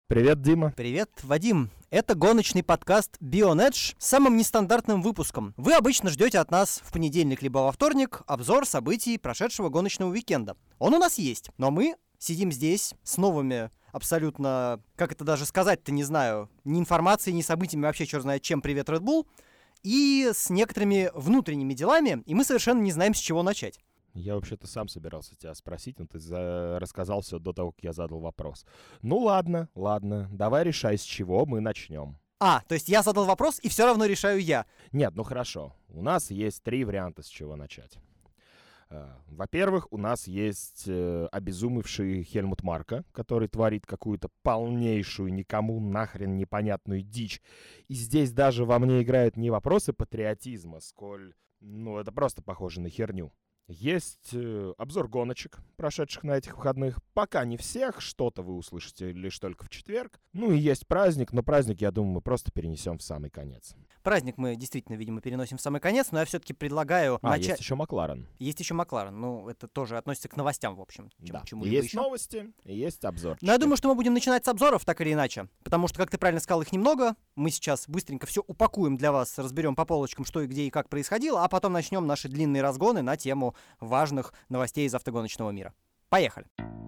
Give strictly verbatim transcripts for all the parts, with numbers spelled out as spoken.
Привет, Дима. Привет, Вадим. Это гоночный подкаст BionEdge с самым нестандартным выпуском. Вы обычно ждете от нас в понедельник либо во вторник обзор событий прошедшего гоночного уикенда. Он у нас есть, но мы сидим здесь с новыми абсолютно, как это даже сказать-то не знаю, ни информацией, ни событиями, вообще черт знает чем, привет, Red Bull, и с некоторыми внутренними делами, и мы совершенно не знаем, с чего начать. Я вообще-то сам собирался тебя спросить, но ты за... рассказал все до того, как я задал вопрос. Ну ладно, ладно, давай решай, с чего мы начнем. А, то есть я задал вопрос, и все равно решаю я. Нет, ну хорошо. У нас есть три варианта, с чего начать. Во-первых, у нас есть э, обезумевший Хельмут Марко, который творит какую-то полнейшую, никому нахрен непонятную дичь. И здесь даже во мне играют не вопросы патриотизма, сколь, ну, это просто похоже на херню. Есть э, обзор гоночек, прошедших на этих выходных. Пока не всех, что-то вы услышите лишь только в четверг. Ну и есть праздник, но праздник, я думаю, мы просто перенесем в самый конец. Праздник мы действительно, видимо, переносим в самый конец, но я все-таки предлагаю... А, начать... есть еще Макларен. Есть еще Макларен, ну это тоже относится к новостям, в общем. Чем, Да, чему и есть еще. новости, и есть обзор. Но я думаю, что мы будем начинать с обзоров, так или иначе. Потому что, как ты правильно сказал, их немного. Мы сейчас быстренько все упакуем для вас, разберем по полочкам, что и где и как происходило, а потом начнем наши длинные разгоны на тему важных новостей из автогоночного мира. Поехали!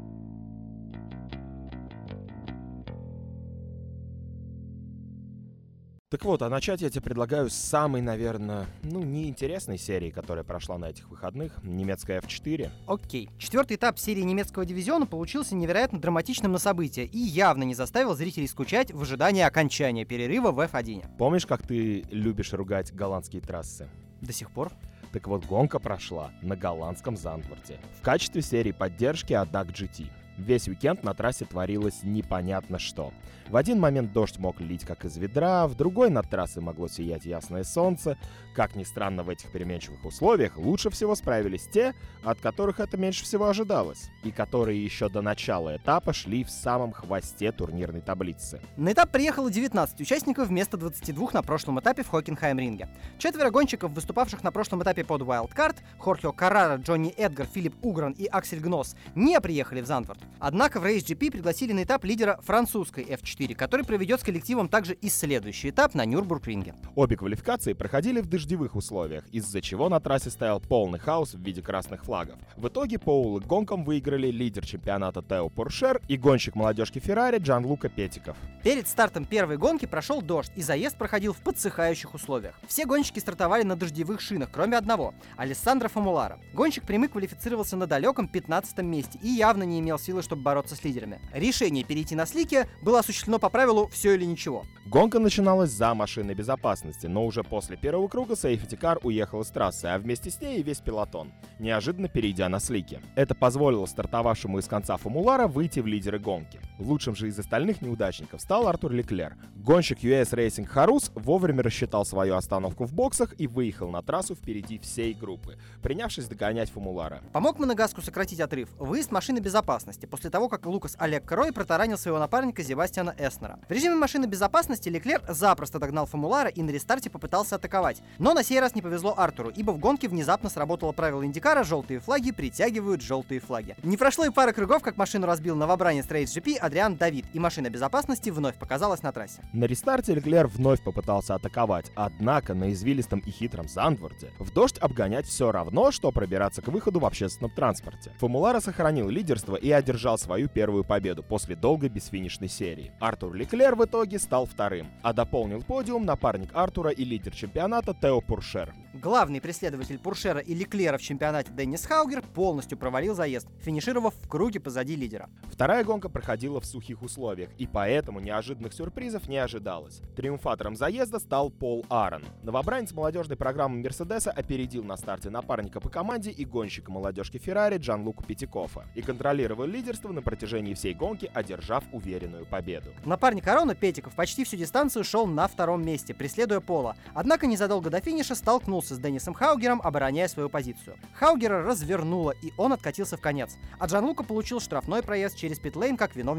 Так вот, а начать я тебе предлагаю с самой, наверное, ну, неинтересной серии, которая прошла на этих выходных, немецкая эф четыре. Окей. Четвертый этап серии немецкого дивизиона получился невероятно драматичным на события и явно не заставил зрителей скучать в ожидании окончания перерыва в эф один. Помнишь, как ты любишь ругать голландские трассы? До сих пор? Так вот, гонка прошла на голландском Зандворте. В качестве серии поддержки от даг джи ти. Весь уикенд на трассе творилось непонятно что. В один момент дождь мог лить как из ведра, в другой над трассой могло сиять ясное солнце. Как ни странно, в этих переменчивых условиях лучше всего справились те, от которых это меньше всего ожидалось, и которые еще до начала этапа шли в самом хвосте турнирной таблицы. На этап приехало девятнадцать участников вместо двадцати двух на прошлом этапе в Хокенхайм-ринге. Четверо гонщиков, выступавших на прошлом этапе под Wildcard, Хорхе Каррара, Джонни Эдгар, Филипп Угран и Аксель Гнос, не приехали в Зандворт. Однако в рейс джи пи пригласили на этап лидера французской эф четыре, который проведет с коллективом также и следующий этап на Нюрбургринге. Обе квалификации проходили в дождевых условиях, из-за чего на трассе стоял полный хаос в виде красных флагов. В итоге по гонкам выиграли лидер чемпионата Тео Поршер и гонщик молодежки Феррари Джанлука Петиков. Перед стартом первой гонки прошел дождь, и заезд проходил в подсыхающих условиях. Все гонщики стартовали на дождевых шинах, кроме одного — Алессандро Фомулара. Гонщик прямых квалифицировался на далеком пятнадцатом месте и явно не имел силы, чтобы бороться с лидерами. Решение перейти на слики было осуществлено по правилу «все или ничего». Гонка начиналась за машиной безопасности, но уже после первого круга сейфти-кар уехал с трассы, а вместе с ней и весь пелотон, неожиданно перейдя на слики. Это позволило стартовавшему из конца Фомулара выйти в лидеры гонки. Лучшим же из остальных неудачников стал Артур Леклер. Гонщик ю эс Racing Харус вовремя рассчитал свою остановку в боксах и выехал на трассу впереди всей группы, принявшись догонять Фомулара. Помог Монегаску сократить отрыв выезд машины безопасности после того, как Лукас Алеккрой протаранил своего напарника Себастьяна Эснера. В режиме машины безопасности Леклер запросто догнал Фомулара и на рестарте попытался атаковать. Но на сей раз не повезло Артуру, ибо в гонке внезапно сработало правило Индикара «желтые флаги притягивают желтые флаги». Не прошло и пары кругов, как машину разбил новобранец рейс джи пи Адриан Давид, и машина безопасности вновь показалась на трассе. На рестарте Леклер вновь попытался атаковать, однако на извилистом и хитром Зандворте в дождь обгонять все равно, что пробираться к выходу в общественном транспорте. Фомулара сохранил лидерство и одержал свою первую победу после долгой бесфинишной серии. Артур Леклер в итоге стал вторым, а дополнил подиум напарник Артура и лидер чемпионата Тео Поршер. Главный преследователь Поршера и Леклера в чемпионате Деннис Хаугер полностью провалил заезд, финишировав в круге позади лидера. Вторая гонка проходила в сухих условиях, и поэтому неожиданных сюрпризов не ожидалось. Триумфатором заезда стал Пол Аарон. Новобранец молодежной программы Мерседеса опередил на старте напарника по команде и гонщика молодежки Феррари Джанлуку Петикофа и контролировал лидерство на протяжении всей гонки, одержав уверенную победу. Напарник Арона Петиков почти всю дистанцию шел на втором месте, преследуя Пола, однако незадолго до финиша столкнулся с Деннисом Хаугером, обороняя свою позицию. Хаугера развернуло, и он откатился в конец, а Джанлука получил штрафной проезд через питлейн как виновник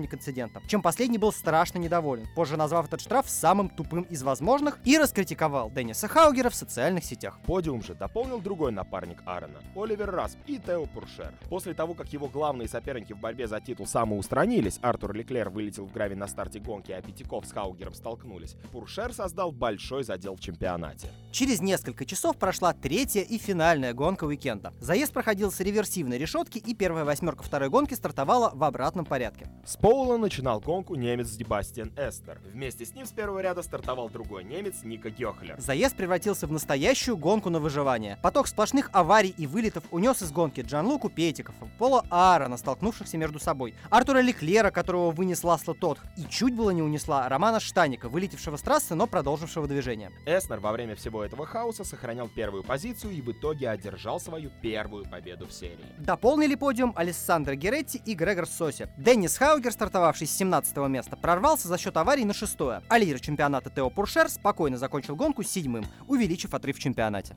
виновник инцидента, чем последний был страшно недоволен, позже назвав этот штраф самым тупым из возможных и раскритиковал Денниса Хаугера в социальных сетях. Подиум же дополнил другой напарник Аарона — Оливер Расп и Тео Пуршер. После того, как его главные соперники в борьбе за титул самоустранились, Артур Леклер вылетел в гравий на старте гонки, а Пятиков с Хаугером столкнулись, Пуршер создал большой задел в чемпионате. Через несколько часов прошла третья и финальная гонка уикенда. Заезд проходил с реверсивной решетки, и первая восьмерка второй гонки стартовала в обратном порядке. С Поула начинал гонку немец Себастьян Эстер. Вместе с ним с первого ряда стартовал другой немец Ника Гёхлер. Заезд превратился в настоящую гонку на выживание. Поток сплошных аварий и вылетов унес из гонки Джанлуку Петикова, Пола Аарона, столкнувшихся между собой, Артура Леклера, которого вынес Ласло Тотх, и чуть было не унесла Романа Штаника, вылетевшего с трассы, но продолжившего движение. Эснер во время всего этого хаоса сохранял первую позицию и в итоге одержал свою первую победу в серии. Дополнили подиум Алессандро Геретти и Грегор Соси. Деннис Хаугер, стартовавший с семнадцатого места, прорвался за счет аварий на шестое, а лидер чемпионата Тео Пуршер спокойно закончил гонку седьмым, увеличив отрыв в чемпионате.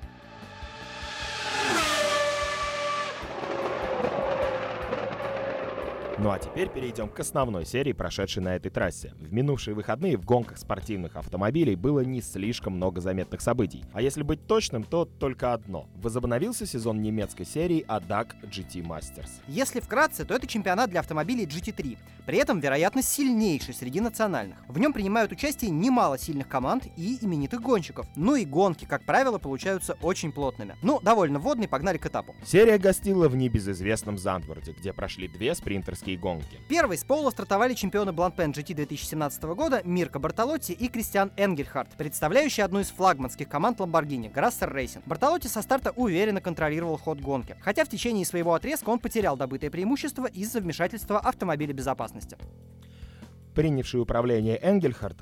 Ну а теперь перейдем к основной серии, прошедшей на этой трассе. В минувшие выходные в гонках спортивных автомобилей было не слишком много заметных событий. А если быть точным, то только одно. Возобновился сезон немецкой серии эй ди эй си джи ти Masters. Если вкратце, то это чемпионат для автомобилей джи ти три. При этом, вероятно, сильнейший среди национальных. В нем принимают участие немало сильных команд и именитых гонщиков. Ну и гонки, как правило, получаются очень плотными. Ну, довольно вводные, погнали к этапу. Серия гостила в небезызвестном Зандворде, где прошли две спринтерские гонки. Первой с Поула стартовали чемпионы Blancpain джи ти две тысячи семнадцатого года Мирко Бартолотти и Кристиан Энгельхарт, представляющие одну из флагманских команд Lamborghini — Grasser Racing. Бартолотти со старта уверенно контролировал ход гонки, хотя в течение своего отрезка он потерял добытое преимущество из-за вмешательства автомобиля безопасности. Принявший управление Энгельхарт...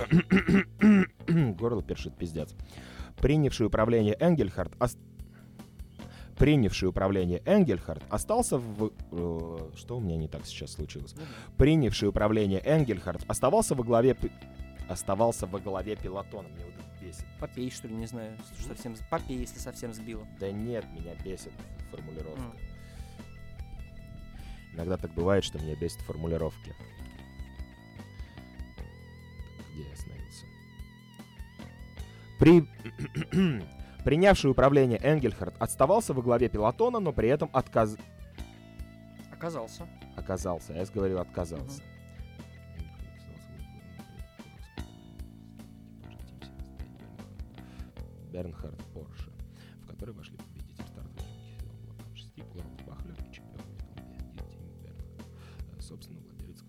Горло першит, пиздец. Принявший управление Энгельхарт... Ост... Принявший управление Энгельхарт остался в... Э, что у меня не так сейчас случилось? Принявший управление Энгельхарт оставался во главе... Оставался во главе пилотона. Мне вот это бесит. Попей, что ли, не знаю. Что совсем... Попей, если совсем сбило. Да нет, меня бесит формулировка. Mm. Иногда так бывает, что меня бесит формулировки. Где я остановился? При... Принявший управление Энгельхарт оставался во главе пилотона, но при этом отказ... Оказался. Оказался. Я говорю, отказался. Uh-huh. Бернхард Порше, в который вошли победитель стартовой гонки шести, Клаус Бахлер и чемпион мира Тим Бернхард, собственно, владелец.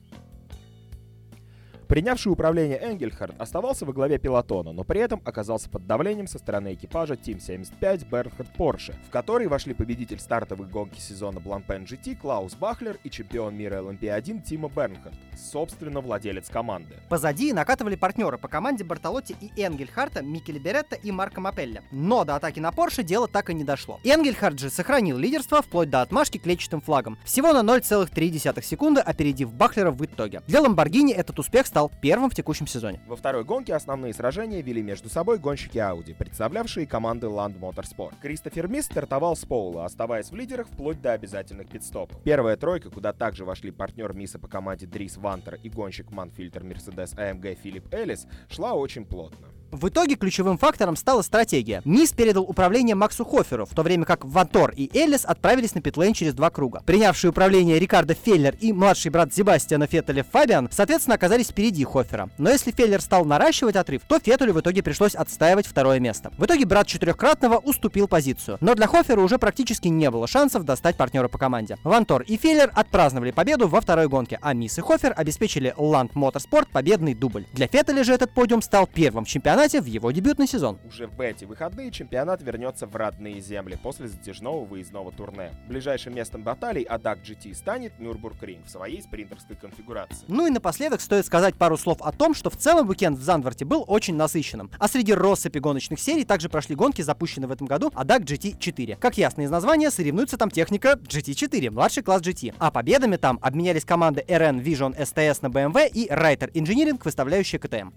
Принявший управление Энгельхарт оставался во главе пилотона, но при этом оказался под давлением со стороны экипажа Тим семьдесят пять Бернхард Порше, в который вошли победитель стартовой гонки сезона Blancpain джи ти Клаус Бахлер и чемпион мира эл эм пи один Тима Бернхард, собственно, владелец команды. Позади накатывали партнеры по команде Бартолотти и Энгельхарта, Микеле Беретта и Марко Мапелля. Но до атаки на Порше дело так и не дошло. Энгельхарт же сохранил лидерство вплоть до отмашки клетчатым флагом, всего на ноль целых три десятых секунды опередив Бахлера в итоге. Для Lamborghini этот успех стал первым в текущем сезоне. Во второй гонке основные сражения вели между собой гонщики Audi, представлявшие команды Land Motorsport. Кристофер Мисс стартовал с Поула, оставаясь в лидерах вплоть до обязательных пит-стопов. Первая тройка, куда также вошли партнер Мисса по команде Дрис Вантер и гонщик Манфильтер Mercedes эй эм джи Филипп Эллис, шла очень плотно. В итоге ключевым фактором стала стратегия. Мисс передал управление Максу Хоферу, в то время как Вантор и Эллис отправились на питлейн через два круга. Принявшие управление Рикардо Феллер и младший брат Себастьяна Феттеля Фабиан, соответственно, оказались впереди Хофера. Но если Феллер стал наращивать отрыв, то Феттелю в итоге пришлось отстаивать второе место. В итоге брат четырехкратного уступил позицию. Но для Хофера уже практически не было шансов достать партнера по команде. Вантор и Феллер отпраздновали победу во второй гонке, а Мисс и Хофер обеспечили Land Motorsport победный дубль. Для Феттеля же этот подиум стал первым в чемпионате в его дебютный сезон. Уже в эти выходные чемпионат вернется в родные земли после затяжного выездного турне. Ближайшим местом баталий эй ди эй си джи ти станет Нюрбургринг в своей спринтерской конфигурации. Ну и напоследок стоит сказать пару слов о том, что в целом уикенд в Зандворте был очень насыщенным. А среди россыпи гоночных серий также прошли гонки, запущенные в этом году эй ди эй си джи ти четыре. Как ясно из названия, соревнуется там техника джи ти четыре, младший класс джи ти. А победами там обменялись команды эр эн Vision эс ти эс на бэ эм вэ и Reiter Engineering, выставляющие ка тэ эм.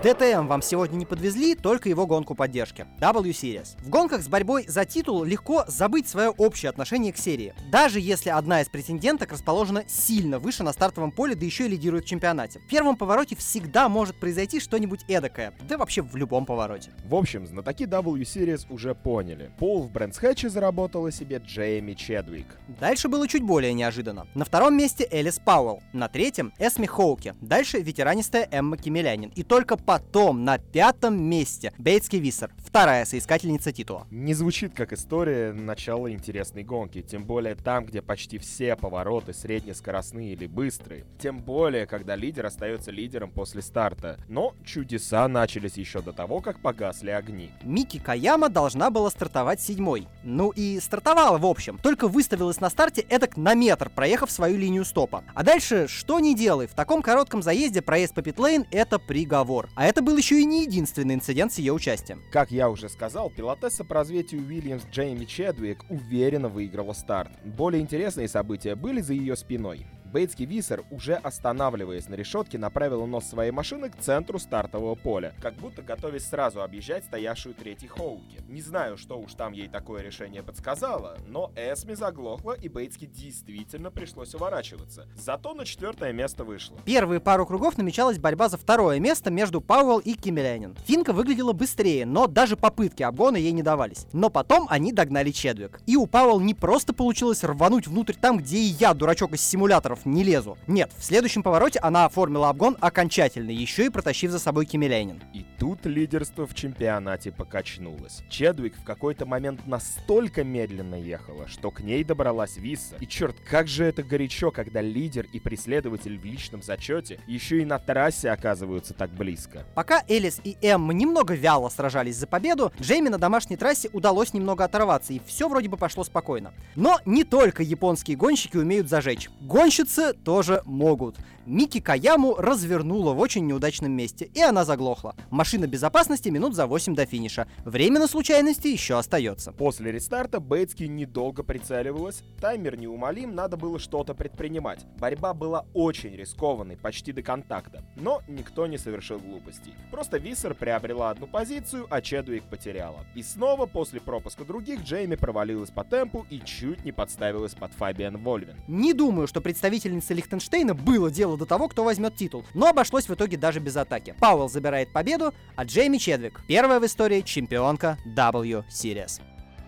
ди ти эм вам сегодня не подвезли, только его гонку поддержки – дабл ю Series. В гонках с борьбой за титул легко забыть свое общее отношение к серии, даже если одна из претенденток расположена сильно выше на стартовом поле, да еще и лидирует в чемпионате. В первом повороте всегда может произойти что-нибудь эдакое, да вообще в любом повороте. В общем, знатоки дабл ю Series уже поняли. Пол в Brands Hatch заработала себе Джейми Чедвик. Дальше было чуть более неожиданно. На втором месте Элис Пауэлл, на третьем Эсми Хоуки, дальше ветеранистая Эмма Кимелянин, и только потом на пятом месте Бейтски Виссер, вторая соискательница титула. Не звучит как история начала интересной гонки, тем более там, где почти все повороты среднескоростные или быстрые, тем более, когда лидер остается лидером после старта. Но чудеса начались еще до того, как погасли огни. Мики Каяма должна была стартовать седьмой. Ну и стартовала в общем, только выставилась на старте эдак на метр, проехав свою линию стопа. А дальше, что ни делай, в таком коротком заезде проезд по питлейн — это приговор. А это был еще и не единственный инцидент с ее участием. Как я уже сказал, пилотесса по развитию Уильямс Джейми Чедвик уверенно выиграла старт. Более интересные события были за ее спиной. Бейтски Виссер, уже останавливаясь на решетке, направила нос своей машины к центру стартового поля, как будто готовясь сразу объезжать стоявшую третий Хоуки. Не знаю, что уж там ей такое решение подсказало, но Эсми заглохла, и Бейтски действительно пришлось уворачиваться. Зато на четвертое место вышла. Первые пару кругов намечалась борьба за второе место между Пауэлл и Кимелянин. Финка выглядела быстрее, но даже попытки обгона ей не давались. Но потом они догнали Чедвик. И у Пауэлл не просто получилось рвануть внутрь там, где и я, дурачок из симуляторов, не лезу. Нет, в следующем повороте она оформила обгон окончательно, еще и протащив за собой Кимелянин. И тут лидерство в чемпионате покачнулось. Чедвик в какой-то момент настолько медленно ехала, что к ней добралась Виссер. И черт, как же это горячо, когда лидер и преследователь в личном зачете еще и на трассе оказываются так близко. Пока Элис и Эмма немного вяло сражались за победу, Джейми на домашней трассе удалось немного оторваться, и все вроде бы пошло спокойно. Но не только японские гонщики умеют зажечь. Гонщицы тоже могут. Мики Каяму развернула в очень неудачном месте, и она заглохла. Машина безопасности минут за восемь до финиша. Время на случайности еще остается. После рестарта Бейтски недолго прицеливалась, таймер неумолим, надо было что-то предпринимать. Борьба была очень рискованной, почти до контакта. Но никто не совершил глупостей. Просто Виссер приобрела одну позицию, а Чедвик потеряла. И снова после пропуска других Джейми провалилась по темпу и чуть не подставилась под Фабиан Вольвен. Не думаю, что представительнице Лихтенштейна было дело до того, кто возьмет титул, но обошлось в итоге даже без атаки. Пауэлл забирает победу, а Джейми Чедвик — первая в истории чемпионка дабл ю Series.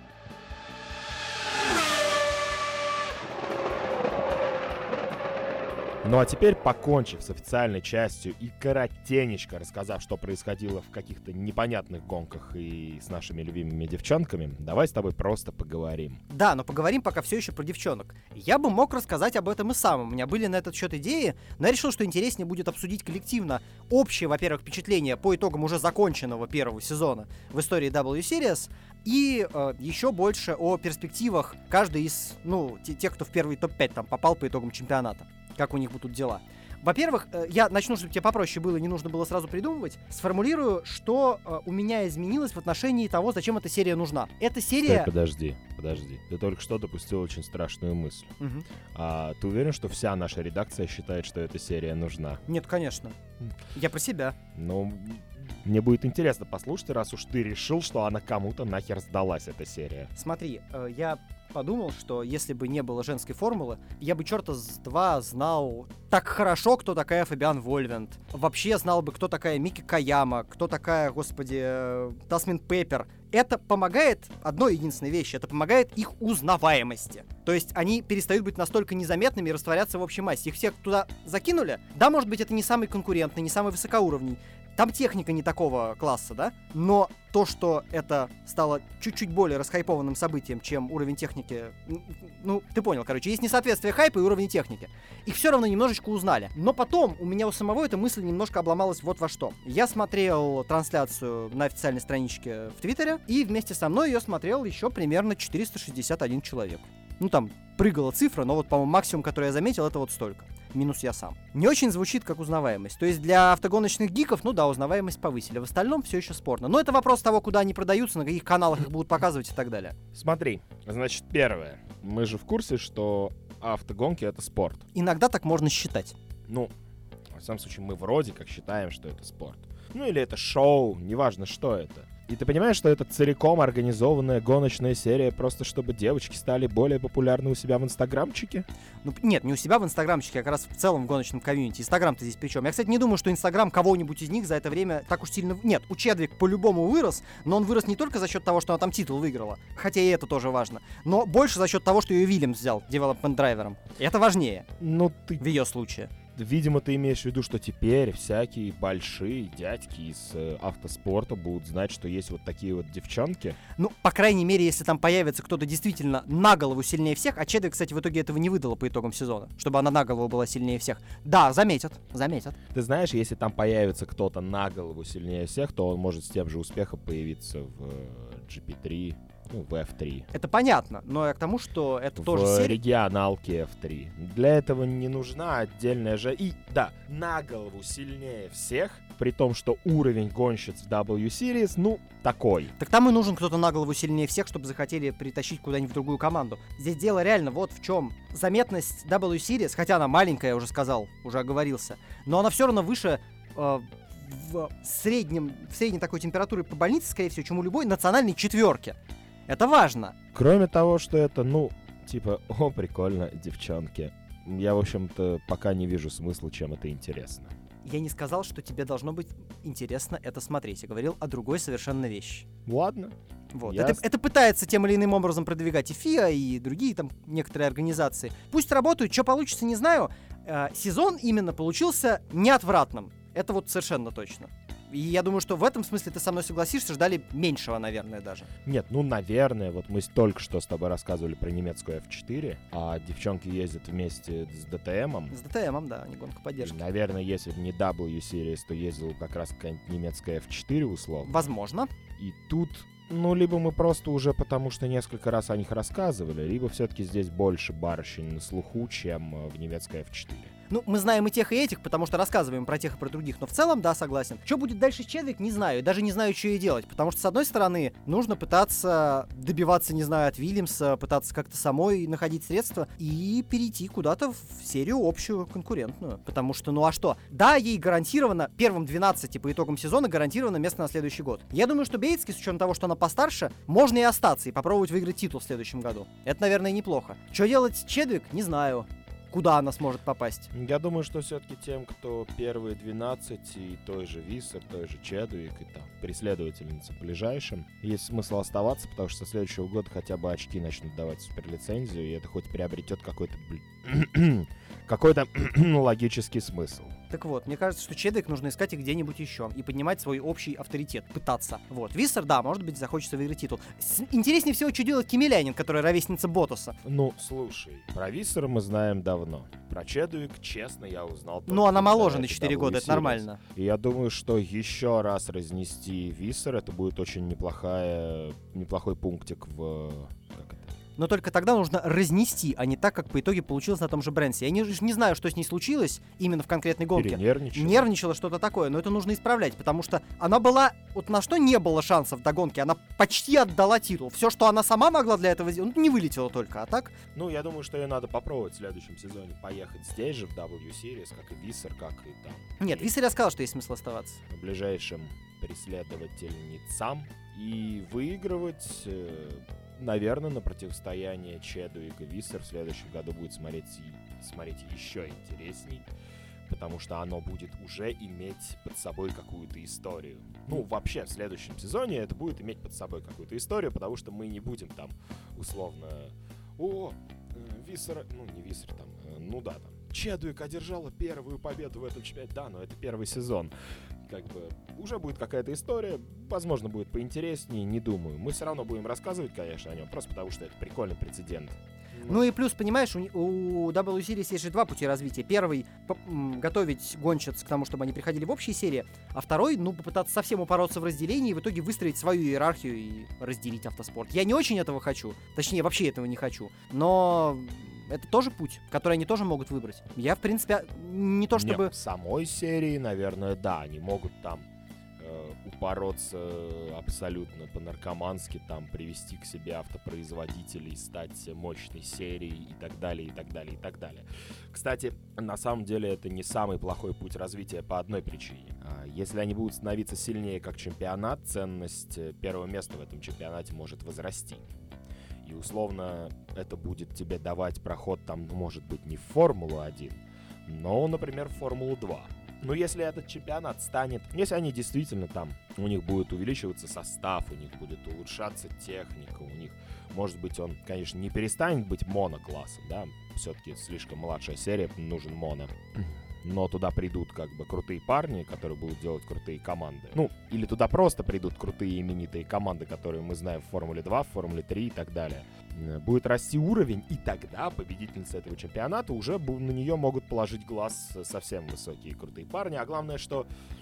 Ну а теперь, покончив с официальной частью и коротенечко рассказав, что происходило в каких-то непонятных гонках и с нашими любимыми девчонками, давай с тобой просто поговорим. Да, но поговорим пока все еще про девчонок. Я бы мог рассказать об этом и сам. У меня были на этот счет идеи, но я решил, что интереснее будет обсудить коллективно общее, во-первых, впечатление по итогам уже законченного первого сезона в истории дабл ю Series, и э, еще больше о перспективах каждой из, ну, те- тех, кто в первый топ пять там попал по итогам чемпионата. Как у них будут дела. Во-первых, э, я начну, чтобы тебе попроще было, не нужно было сразу придумывать. Сформулирую, что э, у меня изменилось в отношении того, зачем эта серия нужна. Эта серия... Стой, подожди, подожди. Ты только что допустил очень страшную мысль. Мгм. А ты уверен, что вся наша редакция считает, что эта серия нужна? Нет, конечно. Я про себя. Ну, мне будет интересно послушать, раз уж ты решил, что она кому-то нахер сдалась, эта серия. Смотри, э, я подумал, что если бы не было женской формулы, я бы черта с два знал так хорошо, кто такая Фабиан Вольвент. Вообще знал бы, кто такая Мики Каяма, кто такая, господи, э, Тасмин Пеппер. Это помогает одной единственной вещи, это помогает их узнаваемости. То есть они перестают быть настолько незаметными и растворяться в общей массе. Их всех туда закинули. Да, может быть, это не самый конкурентный, не самый высокоуровневый. Там техника не такого класса, да? Но то, что это стало чуть-чуть более расхайпованным событием, чем уровень техники... Ну, ты понял, короче, есть несоответствие хайпа и уровня техники. Их все равно немножечко узнали. Но потом у меня у самого эта мысль немножко обломалась вот во что. Я смотрел трансляцию на официальной страничке в Твиттере, и вместе со мной ее смотрел еще примерно четыреста шестьдесят один человек. Ну, там прыгала цифра, но вот, по-моему, максимум, который я заметил, это вот столько. Минус я сам. Не очень звучит как узнаваемость. То есть для автогоночных гиков, ну да, узнаваемость повысили. В остальном все еще спорно. Но это вопрос того, куда они продаются, на каких каналах их будут показывать и так далее. Смотри, значит, первое. Мы же в курсе, что автогонки — это спорт. Иногда так можно считать. Ну, во всяком случае, мы вроде как считаем, что это спорт. Ну или это шоу, неважно, что это. И ты понимаешь, что это целиком организованная гоночная серия, просто чтобы девочки стали более популярны у себя в инстаграмчике? Ну, нет, не у себя в инстаграмчике, а как раз в целом в гоночном комьюнити. Инстаграм-то здесь при чем? Я, кстати, не думаю, что инстаграм кого-нибудь из них за это время так уж сильно... Нет, у Чедвик по-любому вырос, но он вырос не только за счет того, что она там титул выиграла, хотя и это тоже важно, но больше за счет того, что ее Вильямс взял девелопмент-драйвером. И это важнее. Ну, ты... В ее случае. Видимо, ты имеешь в виду, что теперь всякие большие дядьки из э, автоспорта будут знать, что есть вот такие вот девчонки. Ну, по крайней мере, если там появится кто-то действительно на голову сильнее всех, а Чедвик, кстати, в итоге этого не выдала по итогам сезона, чтобы она на голову была сильнее всех. Да, заметят, заметят. Ты знаешь, если там появится кто-то на голову сильнее всех, то он может с тем же успехом появиться в э, джи пи три. Ну, в эф три. Это понятно, но я к тому, что это в тоже серия. В регионалке эф три. Для этого не нужна отдельная же... И, да, на голову сильнее всех, при том, что уровень гонщиц в дабл ю Series, ну, такой. Так там и нужен кто-то на голову сильнее всех, чтобы захотели притащить куда-нибудь в другую команду. Здесь дело реально вот в чем. Заметность дабл ю Series, хотя она маленькая, я уже сказал, уже оговорился, но она все равно выше... Э, в среднем, в средней такой температуре по больнице, скорее всего, чем у любой национальной четверки. Это важно. Кроме того, что это, ну, типа, о, прикольно, девчонки. Я, в общем-то, пока не вижу смысла, чем это интересно. Я не сказал, что тебе должно быть интересно это смотреть. Я говорил о другой совершенно вещи. Ладно. Вот. Я... Это, это пытается тем или иным образом продвигать и ФИА, и другие там некоторые организации. Пусть работают, что получится, не знаю. Э, сезон именно получился неотвратным. Это вот совершенно точно. И я думаю, что в этом смысле ты со мной согласишься, ждали меньшего, наверное, даже. Нет, ну, наверное, вот мы только что с тобой рассказывали про немецкую эф четыре, а девчонки ездят вместе с дэ тэ эмом. С дэ тэ эмом, да, не гонка поддержки. И, наверное, если бы не дабл ю Series, то ездил как раз какая-нибудь немецкая эф четыре, условно. Возможно. И тут, ну, либо мы просто уже потому, что несколько раз о них рассказывали, либо все-таки здесь больше барышень на слуху, чем в немецкой эф четыре. Ну, мы знаем и тех, и этих, потому что рассказываем про тех и про других, но в целом, да, согласен. Что будет дальше с Чедвик, не знаю, даже не знаю, что ей делать, потому что, с одной стороны, нужно пытаться добиваться, не знаю, от Вильямса, пытаться как-то самой находить средства и перейти куда-то в серию общую, конкурентную, потому что, ну а что? Да, ей гарантировано, первым двенадцати по итогам сезона гарантировано место на следующий год. Я думаю, что Бейтски, с учетом того, что она постарше, можно и остаться, и попробовать выиграть титул в следующем году. Это, наверное, неплохо. Что делать с Чедвик, не знаю. Куда она сможет попасть? Я думаю, что все-таки тем, кто первые двенадцать, и той же Виссер, той же Чедвик, и там преследовательница ближайшим, есть смысл оставаться, потому что со следующего года хотя бы очки начнут давать суперлицензию, и это хоть приобретет какой-то, блин, какой-то логический смысл. Так вот, мне кажется, что Чедвик нужно искать и где-нибудь еще, и поднимать свой общий авторитет, пытаться. Вот, Виссер, да, может быть, захочется выиграть титул. С- интереснее всего, что делает Кимилянин, которая ровесница Ботаса. Ну, слушай, про Виссера мы знаем давно. Про Чедвик, честно, я узнал... Ну, она моложе на четыре года, это нормально. И я думаю, что еще раз разнести Виссер, это будет очень неплохая, неплохой пунктик в... Как это? Но только тогда нужно разнести, а не так, как по итоге получилось на том же Брэнсе. Я не, не знаю, что с ней случилось именно в конкретной гонке. Перенервничала. Нервничала, что-то такое, но это нужно исправлять, потому что она была... Вот на что не было шансов до гонки, она почти отдала титул. Все, что она сама могла для этого сделать, ну, не вылетела только, а так... Ну, я думаю, что ее надо попробовать в следующем сезоне поехать здесь же, в дабл ю Series, как и Виссер, как и там. Нет, Виссер я сказал, что есть смысл оставаться. Ближайшим преследовательницам и выигрывать... Э, наверное, на противостояние Чедвик и Виссер в следующем году будет смотреть, смотреть еще интересней, потому что оно будет уже иметь под собой какую-то историю. Ну, вообще, в следующем сезоне это будет иметь под собой какую-то историю, потому что мы не будем там, условно, о, Виссер, ну, не Виссер, там, ну да, там, Чедвик одержала первую победу в этом чемпионате, да, но это первый сезон. Как бы уже будет какая-то история, возможно, будет поинтереснее, не думаю. Мы все равно будем рассказывать, конечно, о нем, просто потому что это прикольный прецедент. Ну, ну и плюс, понимаешь, у, у дабл ю Series есть же два пути развития. Первый — готовить гонщиц к тому, чтобы они приходили в общие серии, а второй — ну, попытаться совсем упороться в разделении и в итоге выстроить свою иерархию и разделить автоспорт. Я не очень этого хочу, точнее, вообще этого не хочу, но... Это тоже путь, который они тоже могут выбрать. Я, в принципе, не то чтобы... Нет, в самой серии, наверное, да, они могут там э, упороться абсолютно по-наркомански, там, привести к себе автопроизводителей, стать мощной серией и так далее, и так далее, и так далее. Кстати, на самом деле это не самый плохой путь развития по одной причине. Если они будут становиться сильнее как чемпионат, ценность первого места в этом чемпионате может возрасти. И условно это будет тебе давать проход там, может быть, не в Формулу один, но, например, в Формулу два. Но если этот чемпионат станет, если они действительно там, у них будет увеличиваться состав, у них будет улучшаться техника, у них, может быть, он, конечно, не перестанет быть моноклассом, да, все-таки слишком младшая серия, нужен моно. Но туда придут как бы крутые парни, которые будут делать крутые команды. Ну, или туда просто придут крутые именитые команды, которые мы знаем в Формуле два, в Формуле три и так далее. Будет расти уровень, и тогда победительница этого чемпионата уже на нее могут положить глаз совсем высокие крутые парни. А главное, что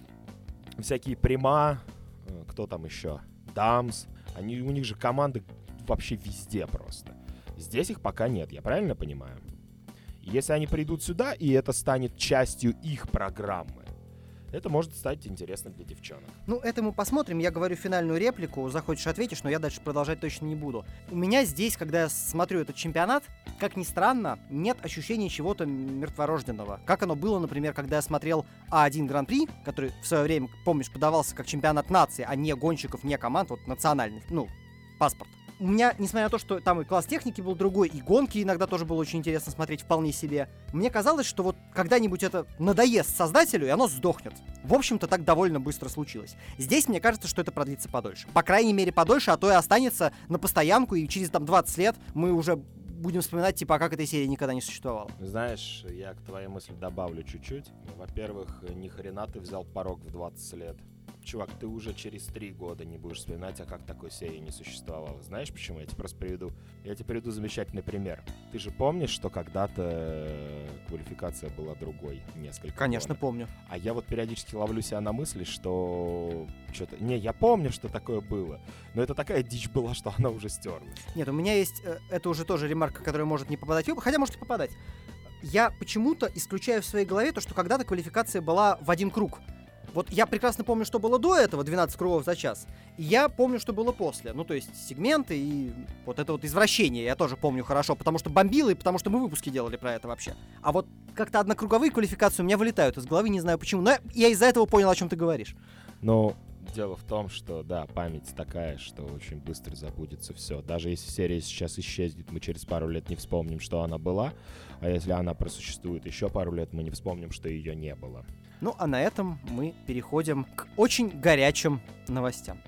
всякие Прима, кто там еще, Дамс, они, у них же команды вообще везде просто. Здесь их пока нет, я правильно понимаю? Если они придут сюда, и это станет частью их программы, это может стать интересным для девчонок. Ну, это мы посмотрим. Я говорю финальную реплику. Захочешь — ответишь, но я дальше продолжать точно не буду. У меня здесь, когда я смотрю этот чемпионат, как ни странно, нет ощущения чего-то мертворожденного. Как оно было, например, когда я смотрел А один Гран-при, который в свое время, помнишь, подавался как чемпионат нации, а не гонщиков, не команд, вот национальный, ну, паспорт. У меня, несмотря на то, что там и класс техники был другой, и гонки иногда тоже было очень интересно смотреть вполне себе, мне казалось, что вот когда-нибудь это надоест создателю, и оно сдохнет. В общем-то, так довольно быстро случилось. Здесь, мне кажется, что это продлится подольше. По крайней мере, подольше, а то и останется на постоянку, и через там двадцать лет мы уже будем вспоминать, типа, а как этой серии никогда не существовало. Знаешь, я к твоей мысли добавлю чуть-чуть. Во-первых, ни хрена ты взял порог в двадцать лет. Чувак, ты уже через три года не будешь вспоминать, а как такой серии не существовало. Знаешь почему? Я тебе просто приведу. Я тебе приведу замечательный пример. Ты же помнишь, что когда-то квалификация была другой несколько Конечно, гонок? помню. А я вот периодически ловлю себя на мысли, что что-то... Не, я помню, что такое было, но это такая дичь была, что она уже стерлась. Нет, у меня есть... Э, это уже тоже ремарка, которая может не попадать в выбор, хотя может и попадать. Я почему-то исключаю в своей голове то, что когда-то квалификация была в один круг. Вот я прекрасно помню, что было до этого, двенадцать кругов за час, и я помню, что было после. Ну, то есть сегменты и вот это вот извращение я тоже помню хорошо, потому что бомбило и потому что мы выпуски делали про это вообще. А вот как-то однокруговые квалификации у меня вылетают из головы, не знаю почему, но я из-за этого понял, о чем ты говоришь. Ну, дело в том, что, да, память такая, что очень быстро забудется все. Даже если серия сейчас исчезнет, мы через пару лет не вспомним, что она была, а если она просуществует еще пару лет, мы не вспомним, что ее не было. Ну, а на этом мы переходим к очень горячим новостям.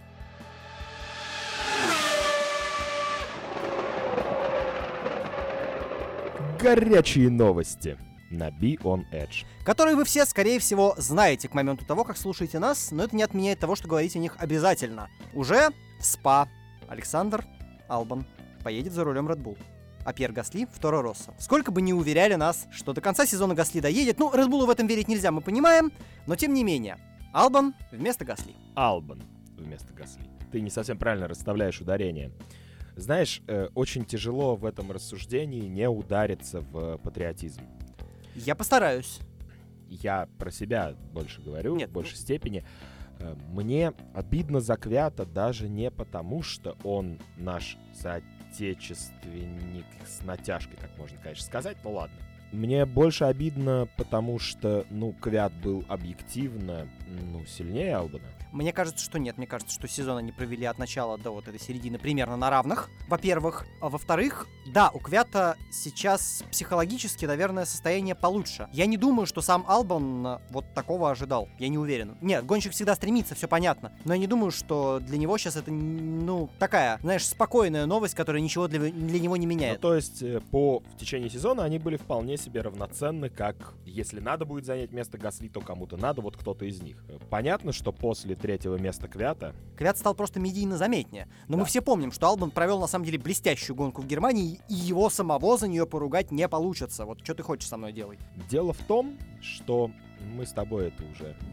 Горячие новости на Be On Edge. Которые вы все, скорее всего, знаете к моменту того, как слушаете нас, но это не отменяет того, что говорить о них обязательно. Уже в СПА Александр Албан поедет за рулем Red Bull, а Пьер Гасли в Торо Россо. Сколько бы ни уверяли нас, что до конца сезона Гасли доедет, ну, Red Bull'у в этом верить нельзя, мы понимаем, но тем не менее, Албан вместо Гасли. Албан вместо Гасли. Ты не совсем правильно расставляешь ударение. Знаешь, э, очень тяжело в этом рассуждении не удариться в патриотизм. Я постараюсь. Я про себя больше говорю, Нет, в большей ну... степени. Э, мне обидно за Квята даже не потому, что он наш соотечественник с натяжкой, как можно, конечно, сказать, ну ладно. Мне больше обидно, потому что, ну, Квят был объективно, ну, сильнее Албана. Мне кажется, что нет. Мне кажется, что сезон они провели от начала до вот этой середины примерно на равных, во-первых. А во-вторых, да, у Квята сейчас психологически, наверное, состояние получше. Я не думаю, что сам Албан вот такого ожидал. Я не уверен. Нет, гонщик всегда стремится, все понятно. Но я не думаю, что для него сейчас это, ну, такая, знаешь, спокойная новость, которая ничего для, для него не меняет. Ну, то есть по в течение сезона они были вполне себе равноценны, как если надо будет занять место Гасли, то кому-то надо, вот кто-то из них. Понятно, что после третьего места Квята... Квят стал просто медийно заметнее. Но да. Мы все помним, что Албан провел на самом деле блестящую гонку в Германии, и его самого за нее поругать не получится. Вот что ты хочешь со мной делать? Дело в том, что мы с тобой это уже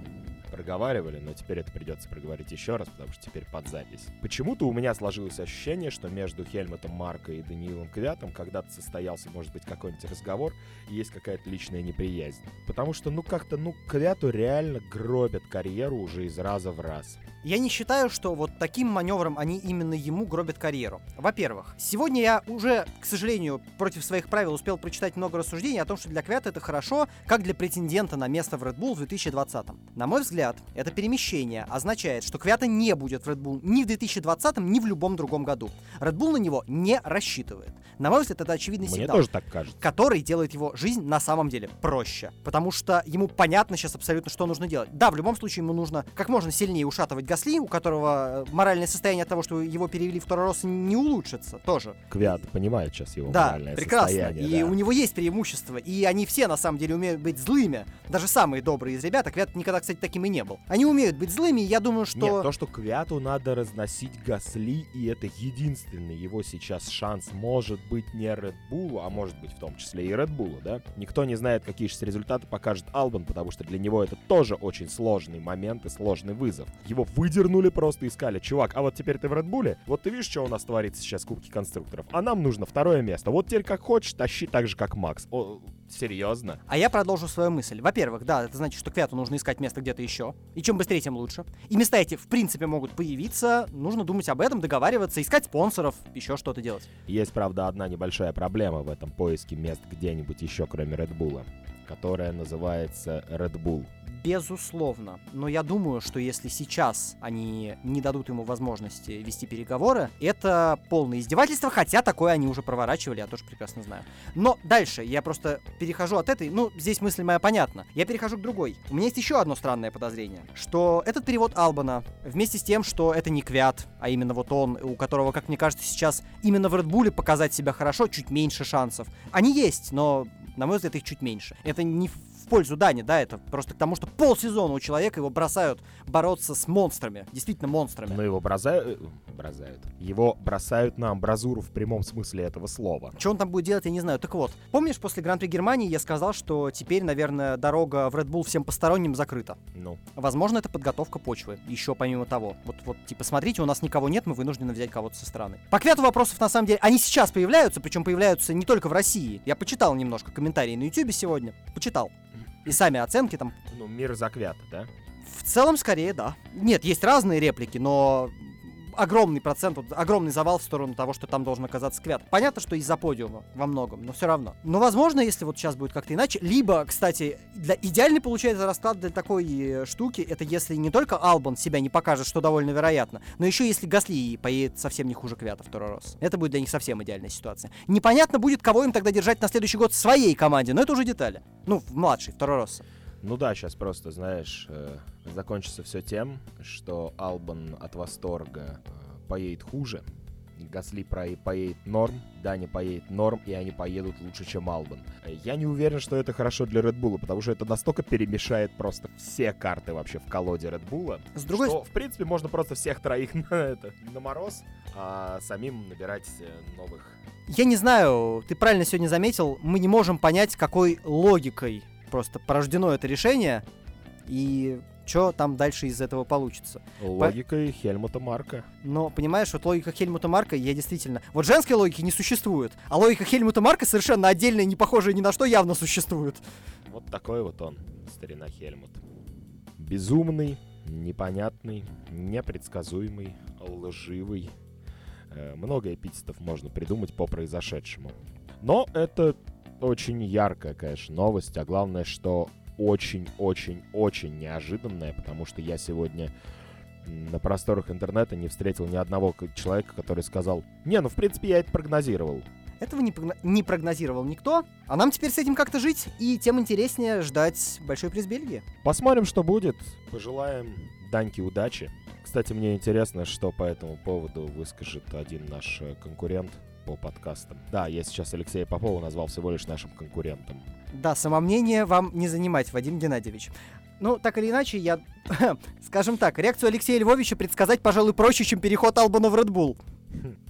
проговаривали, но теперь это придется проговорить еще раз, потому что теперь под запись. Почему-то у меня сложилось ощущение, что между Хельмутом Марко и Даниилом Квятом когда-то состоялся, может быть, какой-нибудь разговор, и есть какая-то личная неприязнь. Потому что, ну, как-то, ну, Квяту реально гробят карьеру уже из раза в раз. Я не считаю, что вот таким маневром они именно ему гробят карьеру. Во-первых, сегодня я уже, к сожалению, против своих правил успел прочитать много рассуждений о том, что для Квята это хорошо, как для претендента на место в Red Bull в две тысячи двадцатом. На мой взгляд, это перемещение означает, что Квята не будет в Red Bull ни в две тысячи двадцатом, ни в любом другом году. Red Bull на него не рассчитывает. На мой взгляд, это очевидный Мне сигнал, тоже так кажется. который делает его жизнь на самом деле проще. Потому что ему понятно сейчас абсолютно, что нужно делать. Да, в любом случае ему нужно как можно сильнее ушатывать Гасли, у которого моральное состояние от того, что его перевели в Торо Россо, не улучшится тоже. Квят понимает сейчас его Да, моральное прекрасно. состояние. И да. у него есть преимущества. И они все, на самом деле, умеют быть злыми. Даже самые добрые из ребят, а Квят никогда, кстати, таким и не был. Они умеют быть злыми, и я думаю, что... Нет, то, что Квяту надо разносить Гасли, и это единственный его сейчас шанс, может быть, не Red Bull, а может быть, в том числе и Red Bull, да? Никто не знает, какие же результаты покажет Албан, потому что для него это тоже очень сложный момент и сложный вызов. Его выдернули просто и сказали: чувак, а вот теперь ты в Red Bull, вот ты видишь, что у нас творится сейчас в Кубке конструкторов, а нам нужно второе место. Вот теперь как хочешь, тащи так же, как Макс. О, серьезно? А я продолжу свою мысль. Во-первых, да, это значит, что Квяту нужно искать место где-то еще. И чем быстрее, тем лучше. И места эти, в принципе, могут появиться. Нужно думать об этом, договариваться, искать спонсоров, еще что-то делать. Есть, правда, одна небольшая проблема в этом поиске мест где-нибудь еще, кроме Red Bull, которая называется Red Bull. Безусловно. Но я думаю, что если сейчас они не дадут ему возможности вести переговоры, это полное издевательство, хотя такое они уже проворачивали, я тоже прекрасно знаю. Но дальше я просто перехожу от этой, ну, здесь мысль моя понятна. Я перехожу к другой. У меня есть еще одно странное подозрение, что этот перевод Албана, вместе с тем, что это не Квят, а именно вот он, у которого, как мне кажется, сейчас именно в Red Bull показать себя хорошо, чуть меньше шансов. Они есть, но, на мой взгляд, их чуть меньше. Это не в пользу Дани, да, это просто к тому, что полсезона у человека его бросают бороться с монстрами, действительно монстрами. Но его бросают, бросают. Его бросают на амбразуру в прямом смысле этого слова. Что он там будет делать, я не знаю. Так вот, помнишь, после Гран-при Германии я сказал, что теперь, наверное, дорога в Red Bull всем посторонним закрыта? Ну. Возможно, это подготовка почвы. Еще помимо того. Вот, вот, типа, смотрите, у нас никого нет, мы вынуждены взять кого-то со стороны. По Квяту вопросов, на самом деле, они сейчас появляются, причем появляются не только в России. Я почитал немножко комментарии на Ютубе сегодня. Почитал. И сами оценки там. Ну, мир за Квята, да? В целом, скорее, да. Нет, есть разные реплики, но огромный процент, вот, огромный завал в сторону того, что там должен оказаться Квят. Понятно, что из-за подиума во многом, но все равно. Но, возможно, если вот сейчас будет как-то иначе, либо, кстати, для, идеальный получается расклад для такой штуки, это если не только Албан себя не покажет, что довольно вероятно, но еще если Гасли поедет совсем не хуже Квята в Торо Россо. Это будет для них совсем идеальная ситуация. Непонятно будет, кого им тогда держать на следующий год в своей команде, но это уже детали. Ну, в младшей, в Торо Россо. Ну да, сейчас просто, знаешь, э, закончится все тем, что Албан от восторга э, поедет хуже, Гасли про- поедет норм, Дани поедет норм, и они поедут лучше, чем Албан. Я не уверен, что это хорошо для Red Bull, потому что это настолько перемешает просто все карты вообще в колоде Red Bull, С другой что, в принципе, можно просто всех троих на, это, на мороз, а самим набирать э, новых. Я не знаю, ты правильно сегодня заметил, мы не можем понять, какой логикой просто порождено это решение, и что там дальше из этого получится. Логикой По... Хельмута Марка. Но, понимаешь, вот логика Хельмута Марка, я действительно... Вот женской логики не существует, а логика Хельмута Марка совершенно отдельная, не похожая ни на что, явно существует. Вот такой вот он, старина Хельмут. Безумный, непонятный, непредсказуемый, лживый. Э, много эпитетов можно придумать по произошедшему. Но это очень яркая, конечно, новость, а главное, что очень-очень-очень неожиданная, потому что я сегодня на просторах интернета не встретил ни одного человека, который сказал: «Не, ну, в принципе, я это прогнозировал». Этого не, прогно- не прогнозировал никто, а нам теперь с этим как-то жить, и тем интереснее ждать большой приз Бельгии. Посмотрим, что будет. Пожелаем Даньке удачи. Кстати, мне интересно, что по этому поводу выскажет один наш конкурент по подкастам. Да, я сейчас Алексея Попова назвал всего лишь нашим конкурентом. Да, самомнение вам не занимать, Вадим Геннадьевич. Ну, так или иначе, я, скажем так, реакцию Алексея Львовича предсказать, пожалуй, проще, чем переход Албана в Red Bull.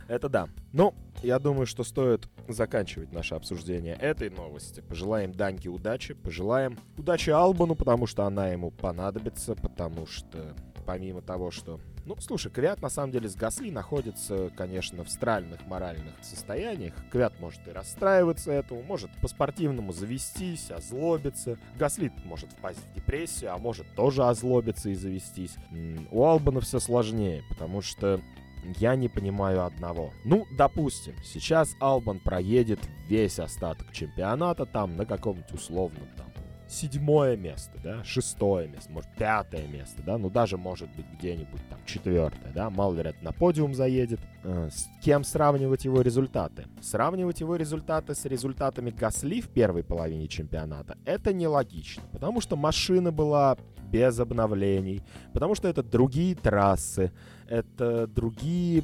Это да. Ну, я думаю, что стоит заканчивать наше обсуждение этой новости. Пожелаем Даньке удачи, пожелаем удачи Албану, потому что она ему понадобится, потому что помимо того, что... Ну, слушай, Квят на самом деле с Гасли находится, конечно, в стральных моральных состояниях. Квят может и расстраиваться этому, может по-спортивному завестись, озлобиться. Гасли может впасть в депрессию, а может тоже озлобиться и завестись. М-м, у Албана все сложнее, потому что я не понимаю одного. Ну, допустим, сейчас Албан проедет весь остаток чемпионата там на каком-нибудь условном там седьмое место, да, шестое место, может, пятое место, да, ну, даже, может быть, где-нибудь там четвертое, да, маловероятно, на подиум заедет. Э, с кем сравнивать его результаты? Сравнивать его результаты с результатами Гасли в первой половине чемпионата — это нелогично, потому что машина была без обновлений, потому что это другие трассы, это другие,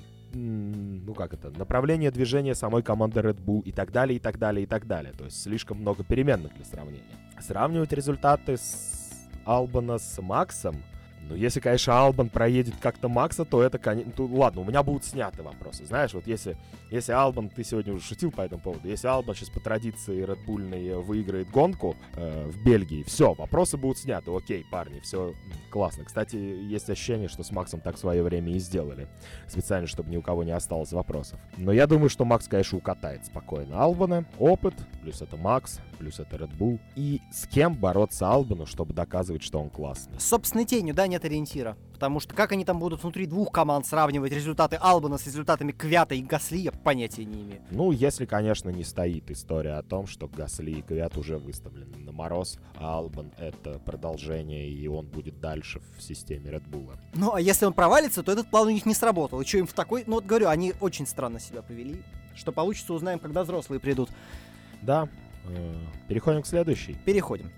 ну как это, направление движения самой команды Red Bull и так далее, и так далее, и так далее. То есть слишком много переменных для сравнения. Сравнивать результаты с Албана с Максом, ну если, конечно, Албан проедет как-то Макса, то это, конечно, ну, ладно, у меня будут сняты вопросы. Знаешь, вот если, если Албан, ты сегодня уже шутил по этому поводу, если Албан сейчас по традиции Red Bull'ной выиграет гонку э, в Бельгии, все, вопросы будут сняты. Окей, парни, все классно. Кстати, есть ощущение, что с Максом так в свое время и сделали. Специально, чтобы ни у кого не осталось вопросов. Но я думаю, что Макс, конечно, укатает спокойно Албана. Опыт, плюс это Макс, плюс это Red Bull. И с кем бороться Албану, чтобы доказывать, что он классный? С собственной тенью, да, нет ориентира. Потому что как они там будут внутри двух команд сравнивать результаты Албана с результатами Квята и Гасли, я понятия не имею. Ну, если, конечно, не стоит история о том, что Гасли и Квят уже выставлены на мороз, а Албан — это продолжение, и он будет дальше в системе Red Bull. Ну, а если он провалится, то этот план у них не сработал. И что им в такой... Ну, вот говорю, они очень странно себя повели. Что получится, узнаем, когда взрослые придут. Да. Э, переходим к следующей. Переходим.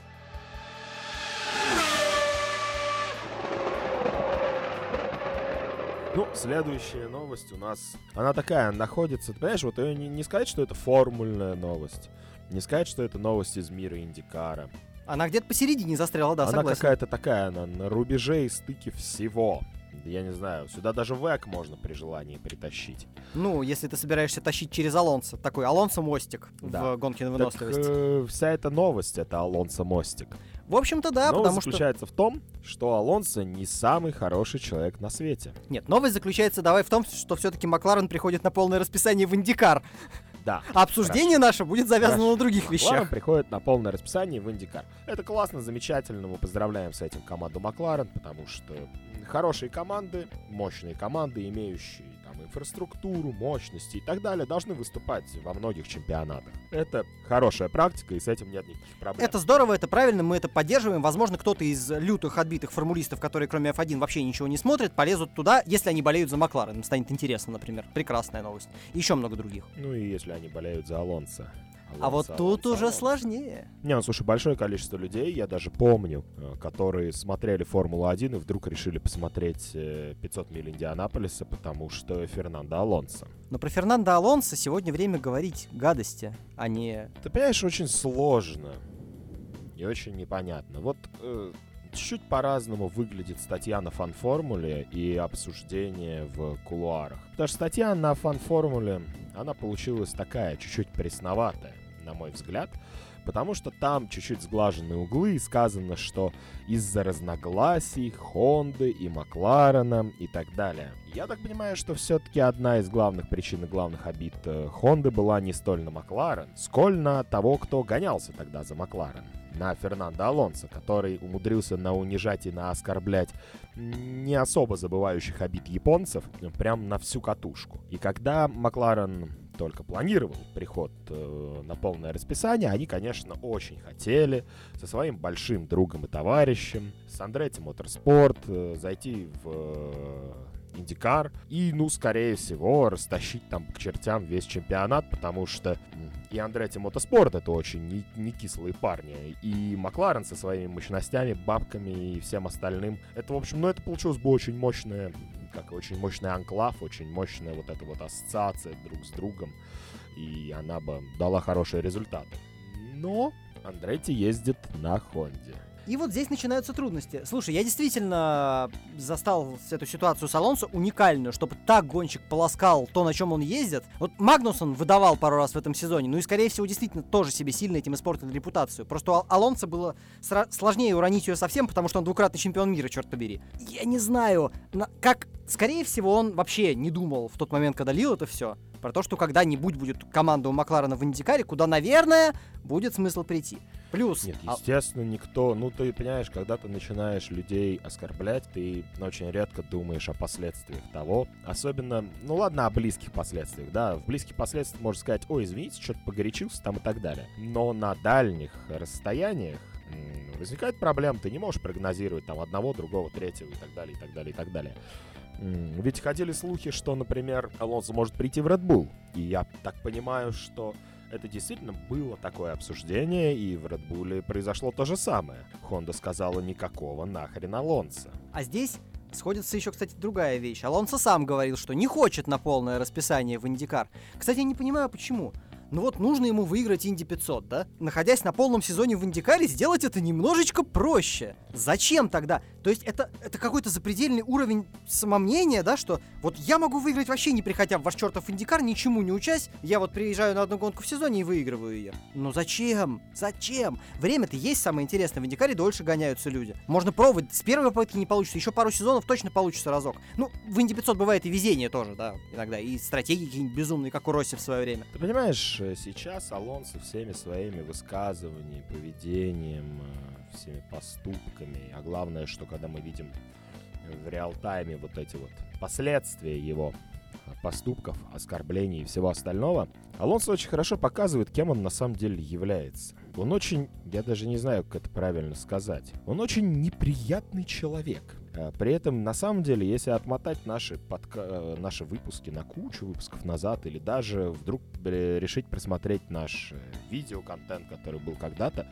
Ну, следующая новость у нас, она такая, находится, ты понимаешь, вот ее не, не сказать, что это формульная новость, не сказать, что это новость из мира Индикара. Она где-то посередине застряла, да, она согласен. Какая-то такая, она на рубеже и стыке всего. Я не знаю, сюда даже ВЭК можно при желании притащить. Ну, если ты собираешься тащить через Алонсо, такой Алонсо-мостик да. в гонке на выносливость. Так, э, вся эта новость — это Алонсо-мостик. В общем-то, да, новость потому что... заключается в том, что Алонсо не самый хороший человек на свете. Нет, новость заключается, давай, в том, что все-таки Макларен приходит на полное расписание в Индикар. Да. А обсуждение хорошо. наше будет завязано хорошо. на других вещах. Макларен приходит на полное расписание в Индикар. Это классно, замечательно, мы поздравляем с этим команду Макларен, потому что хорошие команды, мощные команды, имеющие там инфраструктуру, мощности и так далее, должны выступать во многих чемпионатах. Это хорошая практика, и с этим нет никаких проблем. Это здорово, это правильно, мы это поддерживаем. Возможно, кто-то из лютых отбитых формулистов, которые кроме эф один вообще ничего не смотрят, полезут туда, если они болеют за Макларен. Им станет интересно, например. Прекрасная новость. И еще много других. Ну и если они болеют за Алонсо. А вот тут Алонсо, уже Алонсо. сложнее. Не, ну слушай, большое количество людей, я даже помню, которые смотрели Формулу один и вдруг решили посмотреть пятьсот миль Индианаполиса, потому что Фернандо Алонсо. Но про Фернандо Алонсо сегодня время говорить гадости, а не... Ты понимаешь, очень сложно и очень непонятно. Вот э, чуть-чуть по-разному выглядит статья на Фан-формуле и обсуждение в кулуарах. Потому что статья на Фан-формуле, она получилась такая, чуть-чуть пресноватая, на мой взгляд, потому что там чуть-чуть сглажены углы, и сказано, что из-за разногласий Хонды и Макларена и так далее. Я так понимаю, что все-таки одна из главных причин и главных обид Хонды была не столь на Макларен, сколь на того, кто гонялся тогда за Макларен. На Фернандо Алонсо, который умудрился наунижать и наоскорблять не особо забывающих обид японцев прям на всю катушку. И когда Макларен только планировал приход э, на полное расписание, они, конечно, очень хотели со своим большим другом и товарищем, с Андретти Моторспорт, э, зайти в э, Индикар и, ну, скорее всего, растащить там к чертям весь чемпионат, потому что и Андретти Мотоспорт — это очень не, не кислые парни, и Макларен со своими мощностями, бабками и всем остальным. Это, в общем, ну, это получилось бы очень мощное, как очень мощный анклав, очень мощная вот эта вот ассоциация друг с другом, и она бы дала хорошие результаты. Но Андретти ездит на Хонде. И вот здесь начинаются трудности. Слушай, я действительно застал эту ситуацию с Алонсо уникальную, чтобы так гонщик полоскал то, на чем он ездит. Вот Магнусон выдавал пару раз в этом сезоне, ну и, скорее всего, действительно тоже себе сильно этим испортил репутацию. Просто у Алонсо было сра- сложнее уронить ее совсем, потому что он двукратный чемпион мира, черт побери. Я не знаю, на- как... Скорее всего, он вообще не думал в тот момент, когда лил это все, про то, что когда-нибудь будет команда у Макларена в Индикаре, куда, наверное, будет смысл прийти. Плюс... Нет, естественно, никто... Ну, ты понимаешь, когда ты начинаешь людей оскорблять, ты очень редко думаешь о последствиях того. Особенно, ну ладно, о близких последствиях, да. В близких последствиях можно сказать, ой, извините, что-то погорячился там и так далее. Но на дальних расстояниях м- возникает проблема. Ты не можешь прогнозировать там одного, другого, третьего и так далее, и так далее, и так далее. М- Ведь ходили слухи, что, например, Алонсо может прийти в Red Bull. И я так понимаю, что... Это действительно было такое обсуждение, и в Red Bull произошло то же самое. Honda сказала никакого нахрен Алонсо. А здесь сходится еще, кстати, другая вещь. Алонсо сам говорил, что не хочет на полное расписание в Индикар. Кстати, я не понимаю, почему. Ну вот нужно ему выиграть Инди пятьсот, да? Находясь на полном сезоне в Индикаре, сделать это немножечко проще. Зачем тогда? То есть это, это какой-то запредельный уровень самомнения, да, что вот я могу выиграть вообще не приходя в ваш чертов Индикар, ничему не учась, я вот приезжаю на одну гонку в сезоне и выигрываю ее. Ну зачем? Зачем? Время-то есть самое интересное, в Индикаре дольше гоняются люди. Можно пробовать, с первой попытки не получится, еще пару сезонов точно получится разок. Ну, в Инди пятьсот бывает и везение тоже, да, иногда, и стратегии какие-нибудь безумные, как у Росси в свое время. Ты понимаешь, сейчас Алонсо всеми своими высказываниями, поведением, всеми поступками, а главное, что когда мы видим в реал-тайме вот эти вот последствия его поступков, оскорблений и всего остального, Алонсо очень хорошо показывает, кем он на самом деле является. Он очень, я даже не знаю, как это правильно сказать, он очень неприятный человек. При этом, на самом деле, если отмотать наши, подка... наши выпуски на кучу выпусков назад, или даже вдруг решить просмотреть наш видеоконтент, который был когда-то,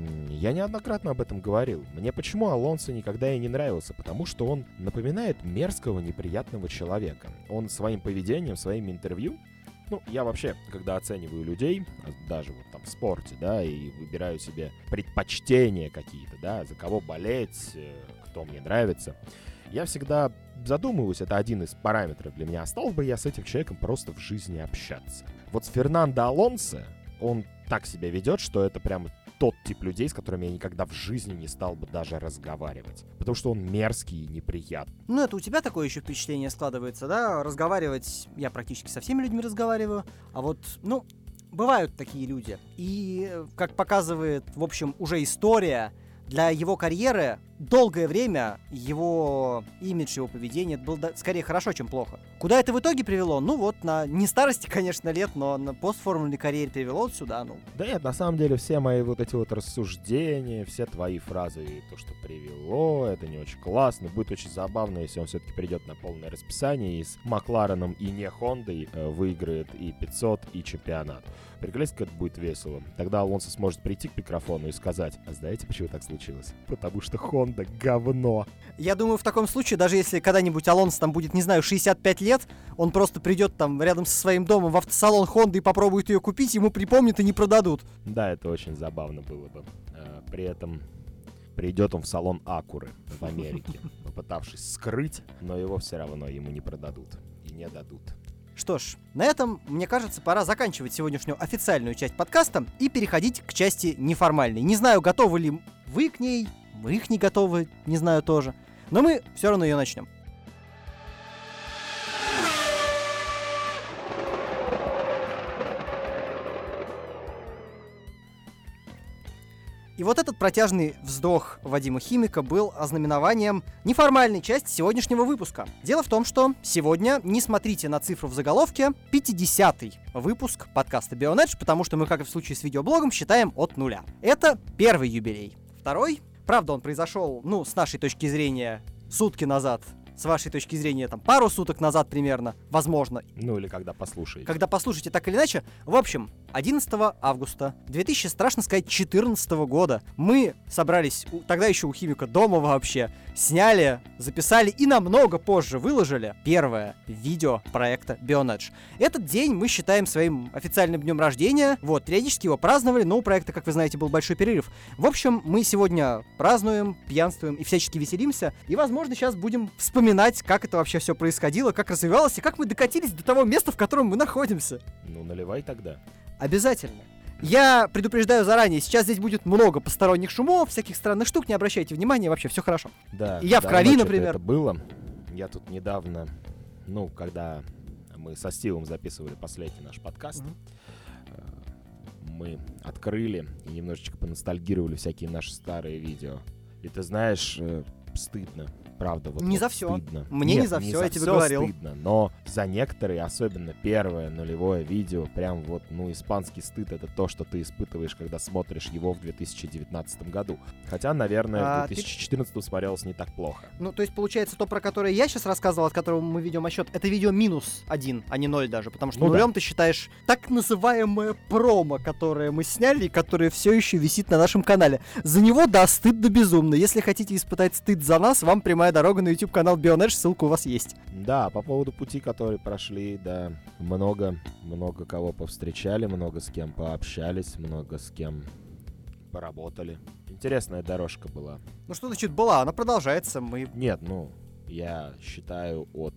я неоднократно об этом говорил. Мне почему Алонсо никогда и не нравился? Потому что он напоминает мерзкого, неприятного человека. Он своим поведением, своими интервью, ну, я вообще, когда оцениваю людей, даже вот там в спорте, да, и выбираю себе предпочтения какие-то, да, за кого болеть, кто мне нравится, я всегда задумываюсь, это один из параметров для меня, стал бы я с этим человеком просто в жизни общаться. Вот с Фернандо Алонсо он так себя ведет, что это прямо тот тип людей, с которыми я никогда в жизни не стал бы даже разговаривать. Потому что он мерзкий и неприятный. Ну, это у тебя такое еще впечатление складывается, да? Разговаривать... Я практически со всеми людьми разговариваю. А вот, ну, бывают такие люди. И, как показывает, в общем, уже история, для его карьеры долгое время его имидж, его поведение был скорее хорошо, чем плохо. Куда это в итоге привело? Ну вот, на не старости, конечно, лет, но на постформульной карьере привело вот сюда, ну. Да нет, на самом деле все мои вот эти вот рассуждения, все твои фразы, то, что привело, это не очень классно. Будет очень забавно, если он все-таки придет на полное расписание и с Маклареном и не Хондой э, выиграет и пятьсот, и чемпионат. Приколись, как это будет весело. Тогда Алонсо сможет прийти к микрофону и сказать: а знаете, почему так случилось? Потому что Honda говно. Я думаю, в таком случае, даже если когда-нибудь Алонсо там будет, не знаю, шестьдесят пять лет, он просто придет там рядом со своим домом в автосалон Honda и попробует ее купить, ему припомнят и не продадут. Да, это очень забавно было бы. При этом придет он в салон Акуры в Америке, попытавшись скрыть, но его все равно ему не продадут и не дадут. Что ж, на этом, мне кажется, пора заканчивать сегодняшнюю официальную часть подкаста и переходить к части неформальной. Не знаю, готовы ли вы к ней, мы их не готовы, не знаю тоже, но мы все равно ее начнем. И вот этот протяжный вздох Вадима Химика был ознаменованием неформальной части сегодняшнего выпуска. Дело в том, что сегодня, не смотрите на цифру в заголовке, пятидесятый выпуск подкаста BionEdge, потому что мы, как и в случае с видеоблогом, считаем от нуля. Это первый юбилей. Второй, правда, он произошел, ну, с нашей точки зрения, сутки назад. С вашей точки зрения, там, пару суток назад примерно, возможно. Ну, или когда послушаете. Когда послушаете, так или иначе. В общем, одиннадцатого августа две тысячи, страшно сказать, четырнадцатого года мы собрались, у, тогда еще у Химика дома вообще, сняли, записали и намного позже выложили первое видео проекта BioNedge. Этот день мы считаем своим официальным днем рождения, вот, периодически его праздновали, но у проекта, как вы знаете, был большой перерыв. В общем, мы сегодня празднуем, пьянствуем и всячески веселимся, и, возможно, сейчас будем вспоминать, как это вообще все происходило, как развивалось и как мы докатились до того места, в котором мы находимся. Ну, наливай тогда. Обязательно. Я предупреждаю заранее, сейчас здесь будет много посторонних шумов, всяких странных штук, не обращайте внимания, вообще все хорошо. Да. И я в крови, например. Это было. Я тут недавно, ну, когда мы со Стивом записывали последний наш подкаст, mm-hmm. мы открыли и немножечко поностальгировали всякие наши старые видео. И ты знаешь, стыдно. Правда, вот не вот за все. Стыдно. Мне Нет, не за не все, за я тебе все говорил. Стыдно, но за некоторые, особенно первое нулевое видео, прям вот, ну, испанский стыд — это то, что ты испытываешь, когда смотришь его в две тысячи девятнадцатом году. Хотя, наверное, а в две тысячи четырнадцатом ты... смотрелось не так плохо. Ну, то есть, получается, то, про которое я сейчас рассказывал, от которого мы ведем отсчет, это видео минус один, а не ноль даже, потому что ну, нулем да. ты считаешь так называемое промо, которое мы сняли и которое все еще висит на нашем канале. За него, да, стыдно безумно. Если хотите испытать стыд за нас, вам прямая дорога на YouTube-канал BioNedge, ссылка у вас есть. Да, по поводу пути, который прошли, да, много, много кого повстречали, много с кем пообщались, много с кем поработали. Интересная дорожка была. Ну что значит была? Она продолжается. Мы... Нет, ну, я считаю от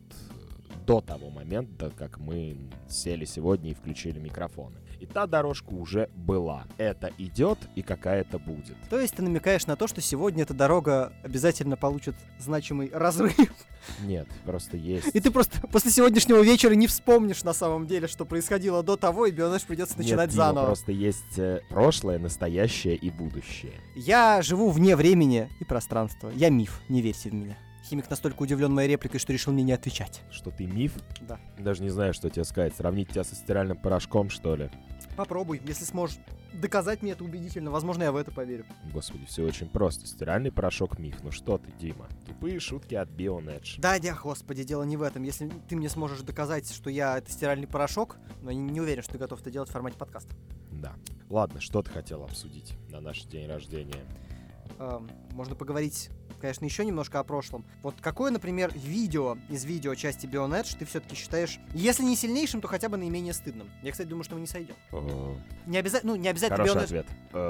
до того момента, как мы сели сегодня и включили микрофоны. И та дорожка уже была. Это идет и какая-то будет. То есть ты намекаешь на то, что сегодня эта дорога обязательно получит значимый разрыв? Нет, просто есть. И ты просто после сегодняшнего вечера не вспомнишь на самом деле, что происходило до того, и BioNedge придется начинать Нет, Дима, заново. Просто есть э, прошлое, настоящее и будущее. Я живу вне времени и пространства. Я миф, не верьте в меня. Химик настолько удивлен моей репликой, что решил мне не отвечать. Что ты миф? Да. Даже не знаю, что тебе сказать. Сравнить тебя со стиральным порошком, что ли? Попробуй, если сможешь доказать мне это убедительно. Возможно, я в это поверю. Господи, все очень просто. Стиральный порошок миф. Ну что ты, Дима? Тупые шутки от BioNedge. Да, да, господи, дело не в этом. Если ты мне сможешь доказать, что я это стиральный порошок, но я не уверен, что ты готов это делать в формате подкаста. Да. Ладно, что ты хотел обсудить на наш день рождения? Эм, можно поговорить, конечно, еще немножко о прошлом. Вот какое, например, видео из видео части BioNedge ты все-таки считаешь, если не сильнейшим, то хотя бы наименее стыдным? Я, кстати, думаю, что мы не сойдем. Не обязательно, ну, не обязательно Хороший BioNedge. ответ.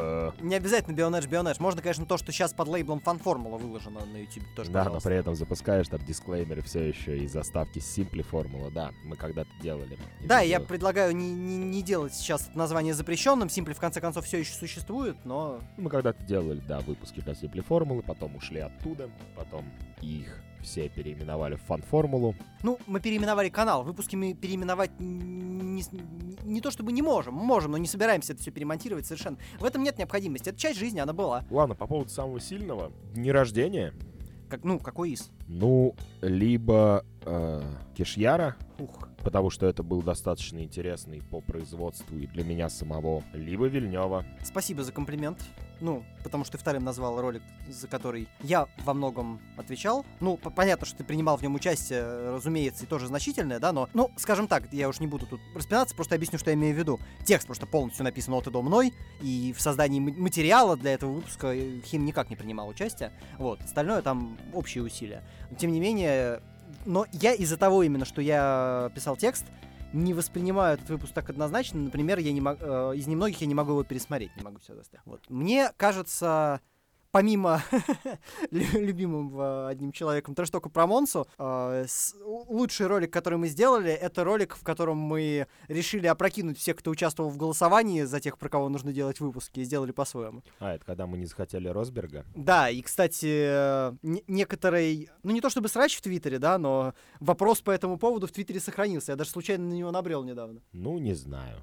Не обязательно BioNedge, BioNedge. Можно, конечно, то, что сейчас под лейблом FunFormula выложено на YouTube, тоже, Да, но пожалуйста. при этом запускаешь там дисклеймеры все еще и заставки Simply Formula. Да, мы когда-то делали. Да, видео. я предлагаю не, не, не делать сейчас название запрещенным. Simply, в конце концов, все еще существует, но... Мы когда-то делали, да, выпуски для Simply Formula, потом ушли оттуда, потом их все переименовали в Фан-формулу. Ну, мы переименовали канал. Выпуски мы переименовать не, не, не то чтобы не можем. Мы можем, но не собираемся это все перемонтировать совершенно. В этом нет необходимости. Это часть жизни, она была. Ладно, по поводу самого сильного. Дни рождения. Как, ну, какой из? Ну, либо э, Кишьяра, Ух. потому что это был достаточно интересный по производству и для меня самого, либо Вильнёва. Спасибо за комплимент. Ну, потому что ты вторым назвал ролик, за который я во многом отвечал. Ну, по- понятно, что ты принимал в нем участие, разумеется, и тоже значительное, да, но, ну, скажем так, я уж не буду тут распинаться, просто объясню, что я имею в виду. Текст просто полностью написан от и до мной, и в создании м- материала для этого выпуска Хим никак не принимал участие. Вот, остальное там общие усилия. Но, тем не менее, но я из-за того именно, что я писал текст, не воспринимаю этот выпуск так однозначно. Например, я не мог, э, из немногих я не могу его пересмотреть, не могу себя заставить. Вот. Мне кажется, помимо любимым одним человеком трэш-тока про Монсу, э, с- лучший ролик, который мы сделали, это ролик, в котором мы решили опрокинуть всех, кто участвовал в голосовании за тех, про кого нужно делать выпуски, и сделали по-своему. А, это когда мы не захотели Росберга. Да, и, кстати, э, не- некоторый, ну не то чтобы срач в Твиттере, да, но вопрос по этому поводу в Твиттере сохранился. Я даже случайно на него набрел недавно. Ну, не знаю.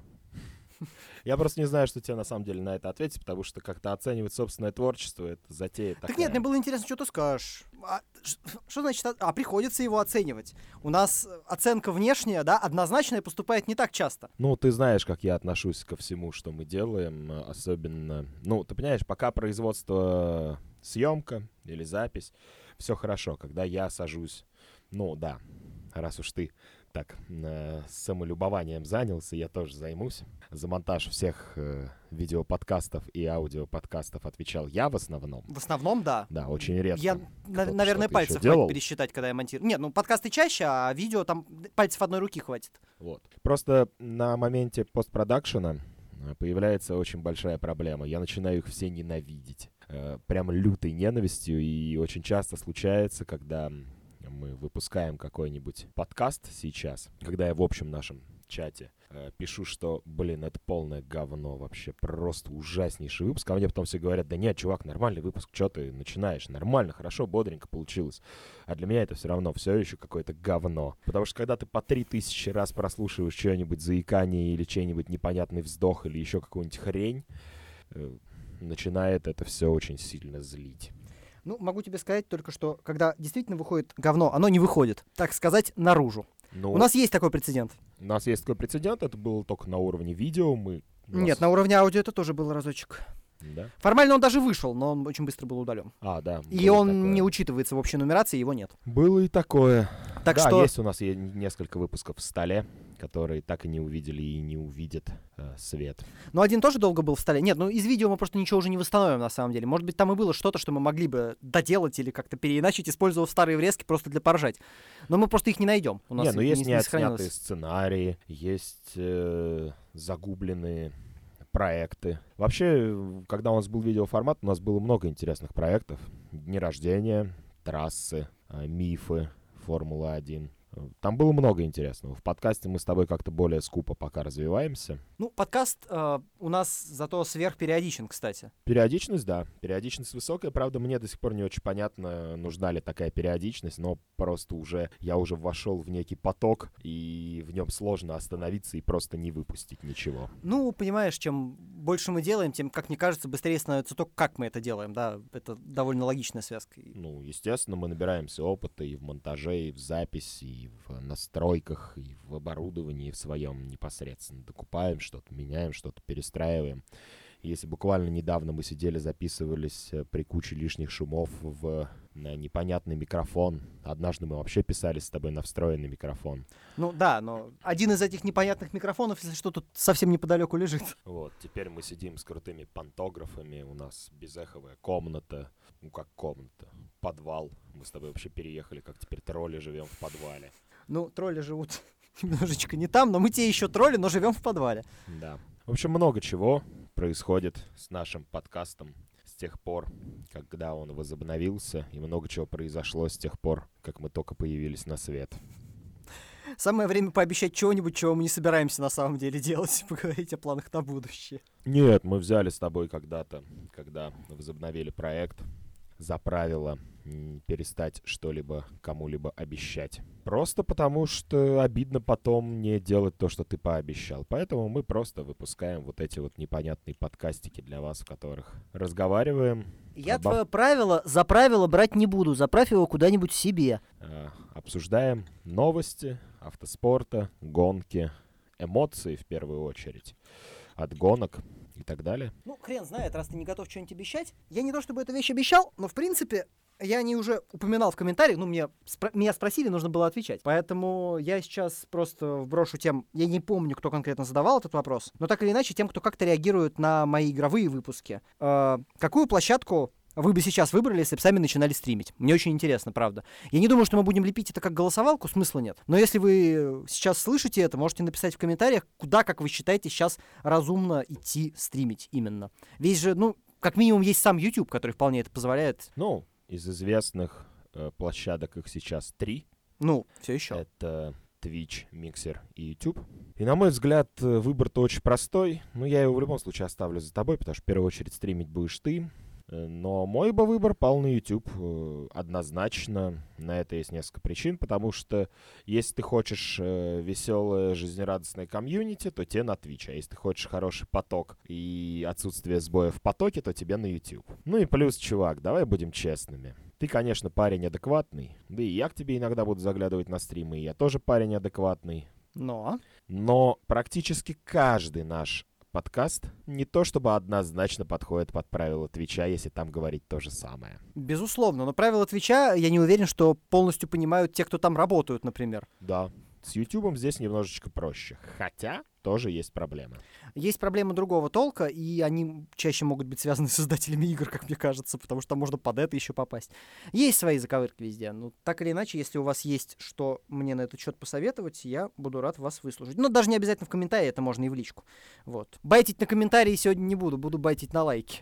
Я просто не знаю, что тебе на самом деле на это ответить, потому что как-то оценивать собственное творчество — это затея такая. Так нет, мне было интересно, что ты скажешь. А, ш- что значит, а, а приходится его оценивать? У нас оценка внешняя, да, однозначная поступает не так часто. Ну, ты знаешь, как я отношусь ко всему, что мы делаем, э, особенно... Ну, ты понимаешь, пока производство, съемка или запись, все хорошо. Когда я сажусь, ну, да, раз уж ты так э, самолюбованием занялся, я тоже займусь. За монтаж всех э, видеоподкастов и аудиоподкастов отвечал я в основном. В основном, да. Да, очень редко. Я, на- наверное, пальцев хватит пересчитать, когда я монтирую. Нет, ну подкасты чаще, а видео там пальцев одной руки хватит. Вот. Просто на моменте постпродакшена появляется очень большая проблема. Я начинаю их все ненавидеть. Э, прям лютой ненавистью. И очень часто случается, когда мы выпускаем какой-нибудь подкаст сейчас, когда я в общем нашем чате э, пишу, что, блин, это полное говно вообще, просто ужаснейший выпуск, а мне потом все говорят: да нет, чувак, нормальный выпуск, что ты начинаешь, нормально, хорошо, бодренько получилось. А для меня это все равно все еще какое-то говно. Потому что когда ты по три тысячи раз прослушиваешь что-нибудь заикание или чей-нибудь непонятный вздох или еще какую-нибудь хрень, э, начинает это все очень сильно злить. Ну, могу тебе сказать только, что когда действительно выходит говно, оно не выходит, так сказать, наружу. Ну, У нас есть такой прецедент. У нас есть такой прецедент, это было только на уровне видео. Мы нас... Нет, на уровне аудио это тоже был разочек. Да? Формально он даже вышел, но он очень быстро был удален. А, да. И он такое. Не учитывается в общей нумерации, его нет. Было и такое. Так да, что... есть у нас есть несколько выпусков в столе, которые так и не увидели и не увидят э, свет. Ну, один тоже долго был в столе. Нет, ну из видео мы просто ничего уже не восстановим на самом деле. Может быть, там и было что-то, что мы могли бы доделать или как-то переиначить, использовав старые врезки просто для поржать. Но мы просто их не найдем. У нас не, ну есть не, не не отснятые сценарии, есть э, загубленные проекты. Вообще, когда у нас был видеоформат, у нас было много интересных проектов. Дни рождения, трассы, э, мифы, Формула один. Там было много интересного. В подкасте мы с тобой как-то более скупо пока развиваемся. Ну, подкаст э, у нас зато сверхпериодичен, кстати. Периодичность, да. Периодичность высокая. Правда, мне до сих пор не очень понятно, нужна ли такая периодичность, но просто уже я уже вошел в некий поток, и в нем сложно остановиться и просто не выпустить ничего. Ну, понимаешь, чем больше мы делаем, тем, как мне кажется, быстрее становится то, как мы это делаем, да. Это довольно логичная связка. Ну, естественно, мы набираемся опыта и в монтаже, и в записи, и в настройках, и в оборудовании в своем непосредственно. Докупаем что-то, меняем что-то, перестраиваем. Если буквально недавно мы сидели, записывались при куче лишних шумов в на непонятный микрофон. Однажды мы вообще писали с тобой на встроенный микрофон. Ну да, но один из этих непонятных микрофонов, если что, тут совсем неподалеку лежит. Вот, теперь мы сидим с крутыми пантографами, у нас безэховая комната. Ну как комната? Подвал. Мы с тобой вообще переехали, как теперь тролли живем в подвале. Ну, тролли живут немножечко не там, но мы те еще тролли, но живем в подвале. Да. В общем, много чего происходит с нашим подкастом с тех пор, когда он возобновился, и много чего произошло с тех пор, как мы только появились на свет. Самое время пообещать чего-нибудь, чего мы не собираемся на самом деле делать, поговорить о планах на будущее. Нет, мы взяли с тобой когда-то, когда возобновили проект, за правило м, перестать что-либо кому-либо обещать. Просто потому, что обидно потом не делать то, что ты пообещал. Поэтому мы просто выпускаем вот эти вот непонятные подкастики для вас, в которых разговариваем. Я обо... твое правило за правило брать не буду, заправь его куда-нибудь себе. Э, обсуждаем новости автоспорта, гонки, эмоции в первую очередь от гонок и так далее. Ну, хрен знает, раз ты не готов что-нибудь обещать. Я не то чтобы эту вещь обещал, но в принципе я не уже упоминал в комментариях, ну, мне спро- меня спросили, нужно было отвечать. Поэтому я сейчас просто вброшу тем, я не помню, кто конкретно задавал этот вопрос, но так или иначе тем, кто как-то реагирует на мои игровые выпуски. Э, какую площадку вы бы сейчас выбрали, если бы сами начинали стримить? Мне очень интересно, правда. Я не думаю, что мы будем лепить это как голосовалку, смысла нет. Но если вы сейчас слышите это, можете написать в комментариях, куда, как вы считаете, сейчас разумно идти стримить именно. Ведь же, ну, как минимум есть сам YouTube, который вполне это позволяет. Ну, из известных э, площадок их сейчас три. Ну, все еще. Это Twitch, Mixer и YouTube. И, на мой взгляд, выбор-то очень простой. Но я его в любом случае оставлю за тобой, потому что в первую очередь стримить будешь ты. Но мой бы выбор пал на YouTube однозначно. На это есть несколько причин, потому что если ты хочешь э, веселое, жизнерадостное комьюнити, то тебе на Twitch. А если ты хочешь хороший поток и отсутствие сбоя в потоке, то тебе на YouTube. Ну и плюс, чувак, давай будем честными. Ты, конечно, парень адекватный. Да и я к тебе иногда буду заглядывать на стримы, и я тоже парень адекватный. Но? Но практически каждый наш подкаст не то чтобы однозначно подходит под правила Твича, если там говорить то же самое. Безусловно, но правила Твича, я не уверен, что полностью понимают те, кто там работают, например. Да, С Ютубом здесь немножечко проще, хотя тоже есть проблемы. Есть проблемы другого толка, и они чаще могут быть связаны с создателями игр, как мне кажется, потому что там можно под это еще попасть. Есть свои заковырки везде. Ну, так или иначе, если у вас есть что мне на этот счет посоветовать, я буду рад вас выслушать. Но даже не обязательно в комментарии, это можно и в личку. Вот. Байтить на комментарии сегодня не буду, буду байтить на лайки.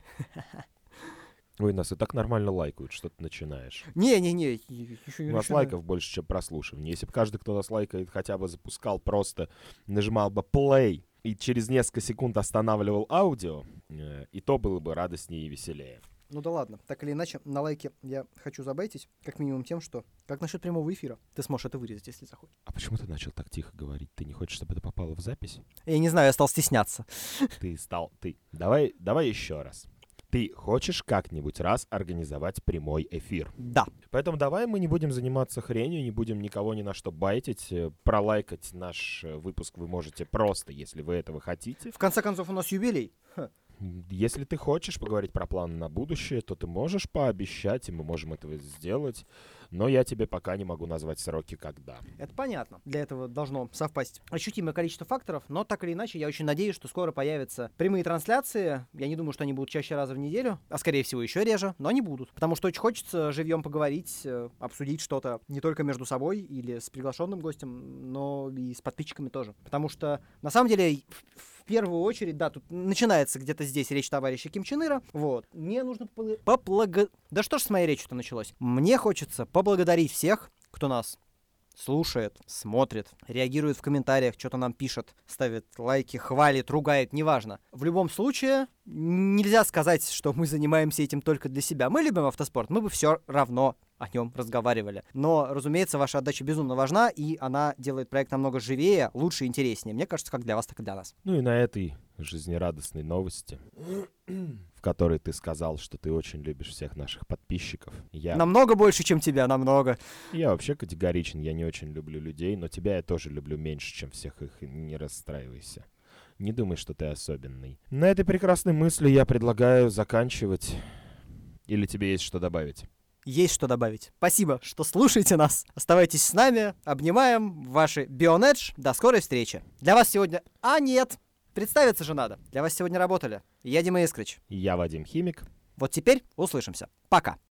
Ой, нас и так нормально лайкают, что ты начинаешь. Не-не-не. еще- У нас еще- лайков больше, чем прослушиваний. Если бы каждый, кто нас лайкает, хотя бы запускал просто, нажимал бы play и через несколько секунд останавливал аудио, э, и то было бы радостнее и веселее. Ну да ладно, так или иначе, на лайке я хочу забайтить, как минимум тем, что... Как насчет прямого эфира? Ты сможешь это вырезать, если захочешь. А почему ты начал так тихо говорить? Ты не хочешь, чтобы это попало в запись? Я не знаю, я стал стесняться. Ты стал... Ты. Давай, давай еще раз. Ты хочешь как-нибудь раз организовать прямой эфир. Да. Поэтому давай мы не будем заниматься хренью, не будем никого ни на что байтить. Э, Пролайкать наш э, выпуск вы можете просто, если вы этого хотите. В конце концов, у нас юбилей. Ха. М, Если ты хочешь поговорить про планы на будущее, то ты можешь пообещать, и мы можем этого сделать. Но я тебе пока не могу назвать сроки, когда. Это понятно. Для этого должно совпасть ощутимое количество факторов, но так или иначе, я очень надеюсь, что скоро появятся прямые трансляции. Я не думаю, что они будут чаще раза в неделю, а скорее всего еще реже, но они будут. Потому что очень хочется живьем поговорить, э, обсудить что-то не только между собой или с приглашенным гостем, но и с подписчиками тоже. Потому что, на самом деле, в, в первую очередь, да, тут начинается где-то здесь речь товарища Ким Чен Ира. Вот. Мне нужно попла- поблага... Да что ж с моей речью-то началось? Мне хочется поблагодарить всех, кто нас слушает, смотрит, реагирует в комментариях, что-то нам пишет, ставит лайки, хвалит, ругает, неважно. В любом случае, нельзя сказать, что мы занимаемся этим только для себя. Мы любим автоспорт, мы бы все равно о нем разговаривали. Но, разумеется, ваша отдача безумно важна, и она делает проект намного живее, лучше и интереснее. Мне кажется, как для вас, так и для нас. Ну и на этой жизнерадостной новости, в которой ты сказал, что ты очень любишь всех наших подписчиков. Я, Намного больше, чем тебя, намного. я вообще категоричен, я не очень люблю людей, но тебя я тоже люблю меньше, чем всех их, и не расстраивайся. Не думай, что ты особенный. На этой прекрасной мысли я предлагаю заканчивать. Или тебе есть что добавить? Есть что добавить. Спасибо, что слушаете нас. Оставайтесь с нами. Обнимаем. Ваши Бионедж. До скорой встречи. Для вас сегодня... А, нет. Представиться же надо. Для вас сегодня работали. Я Дима Искрич. Я Вадим Химик. Вот теперь услышимся. Пока.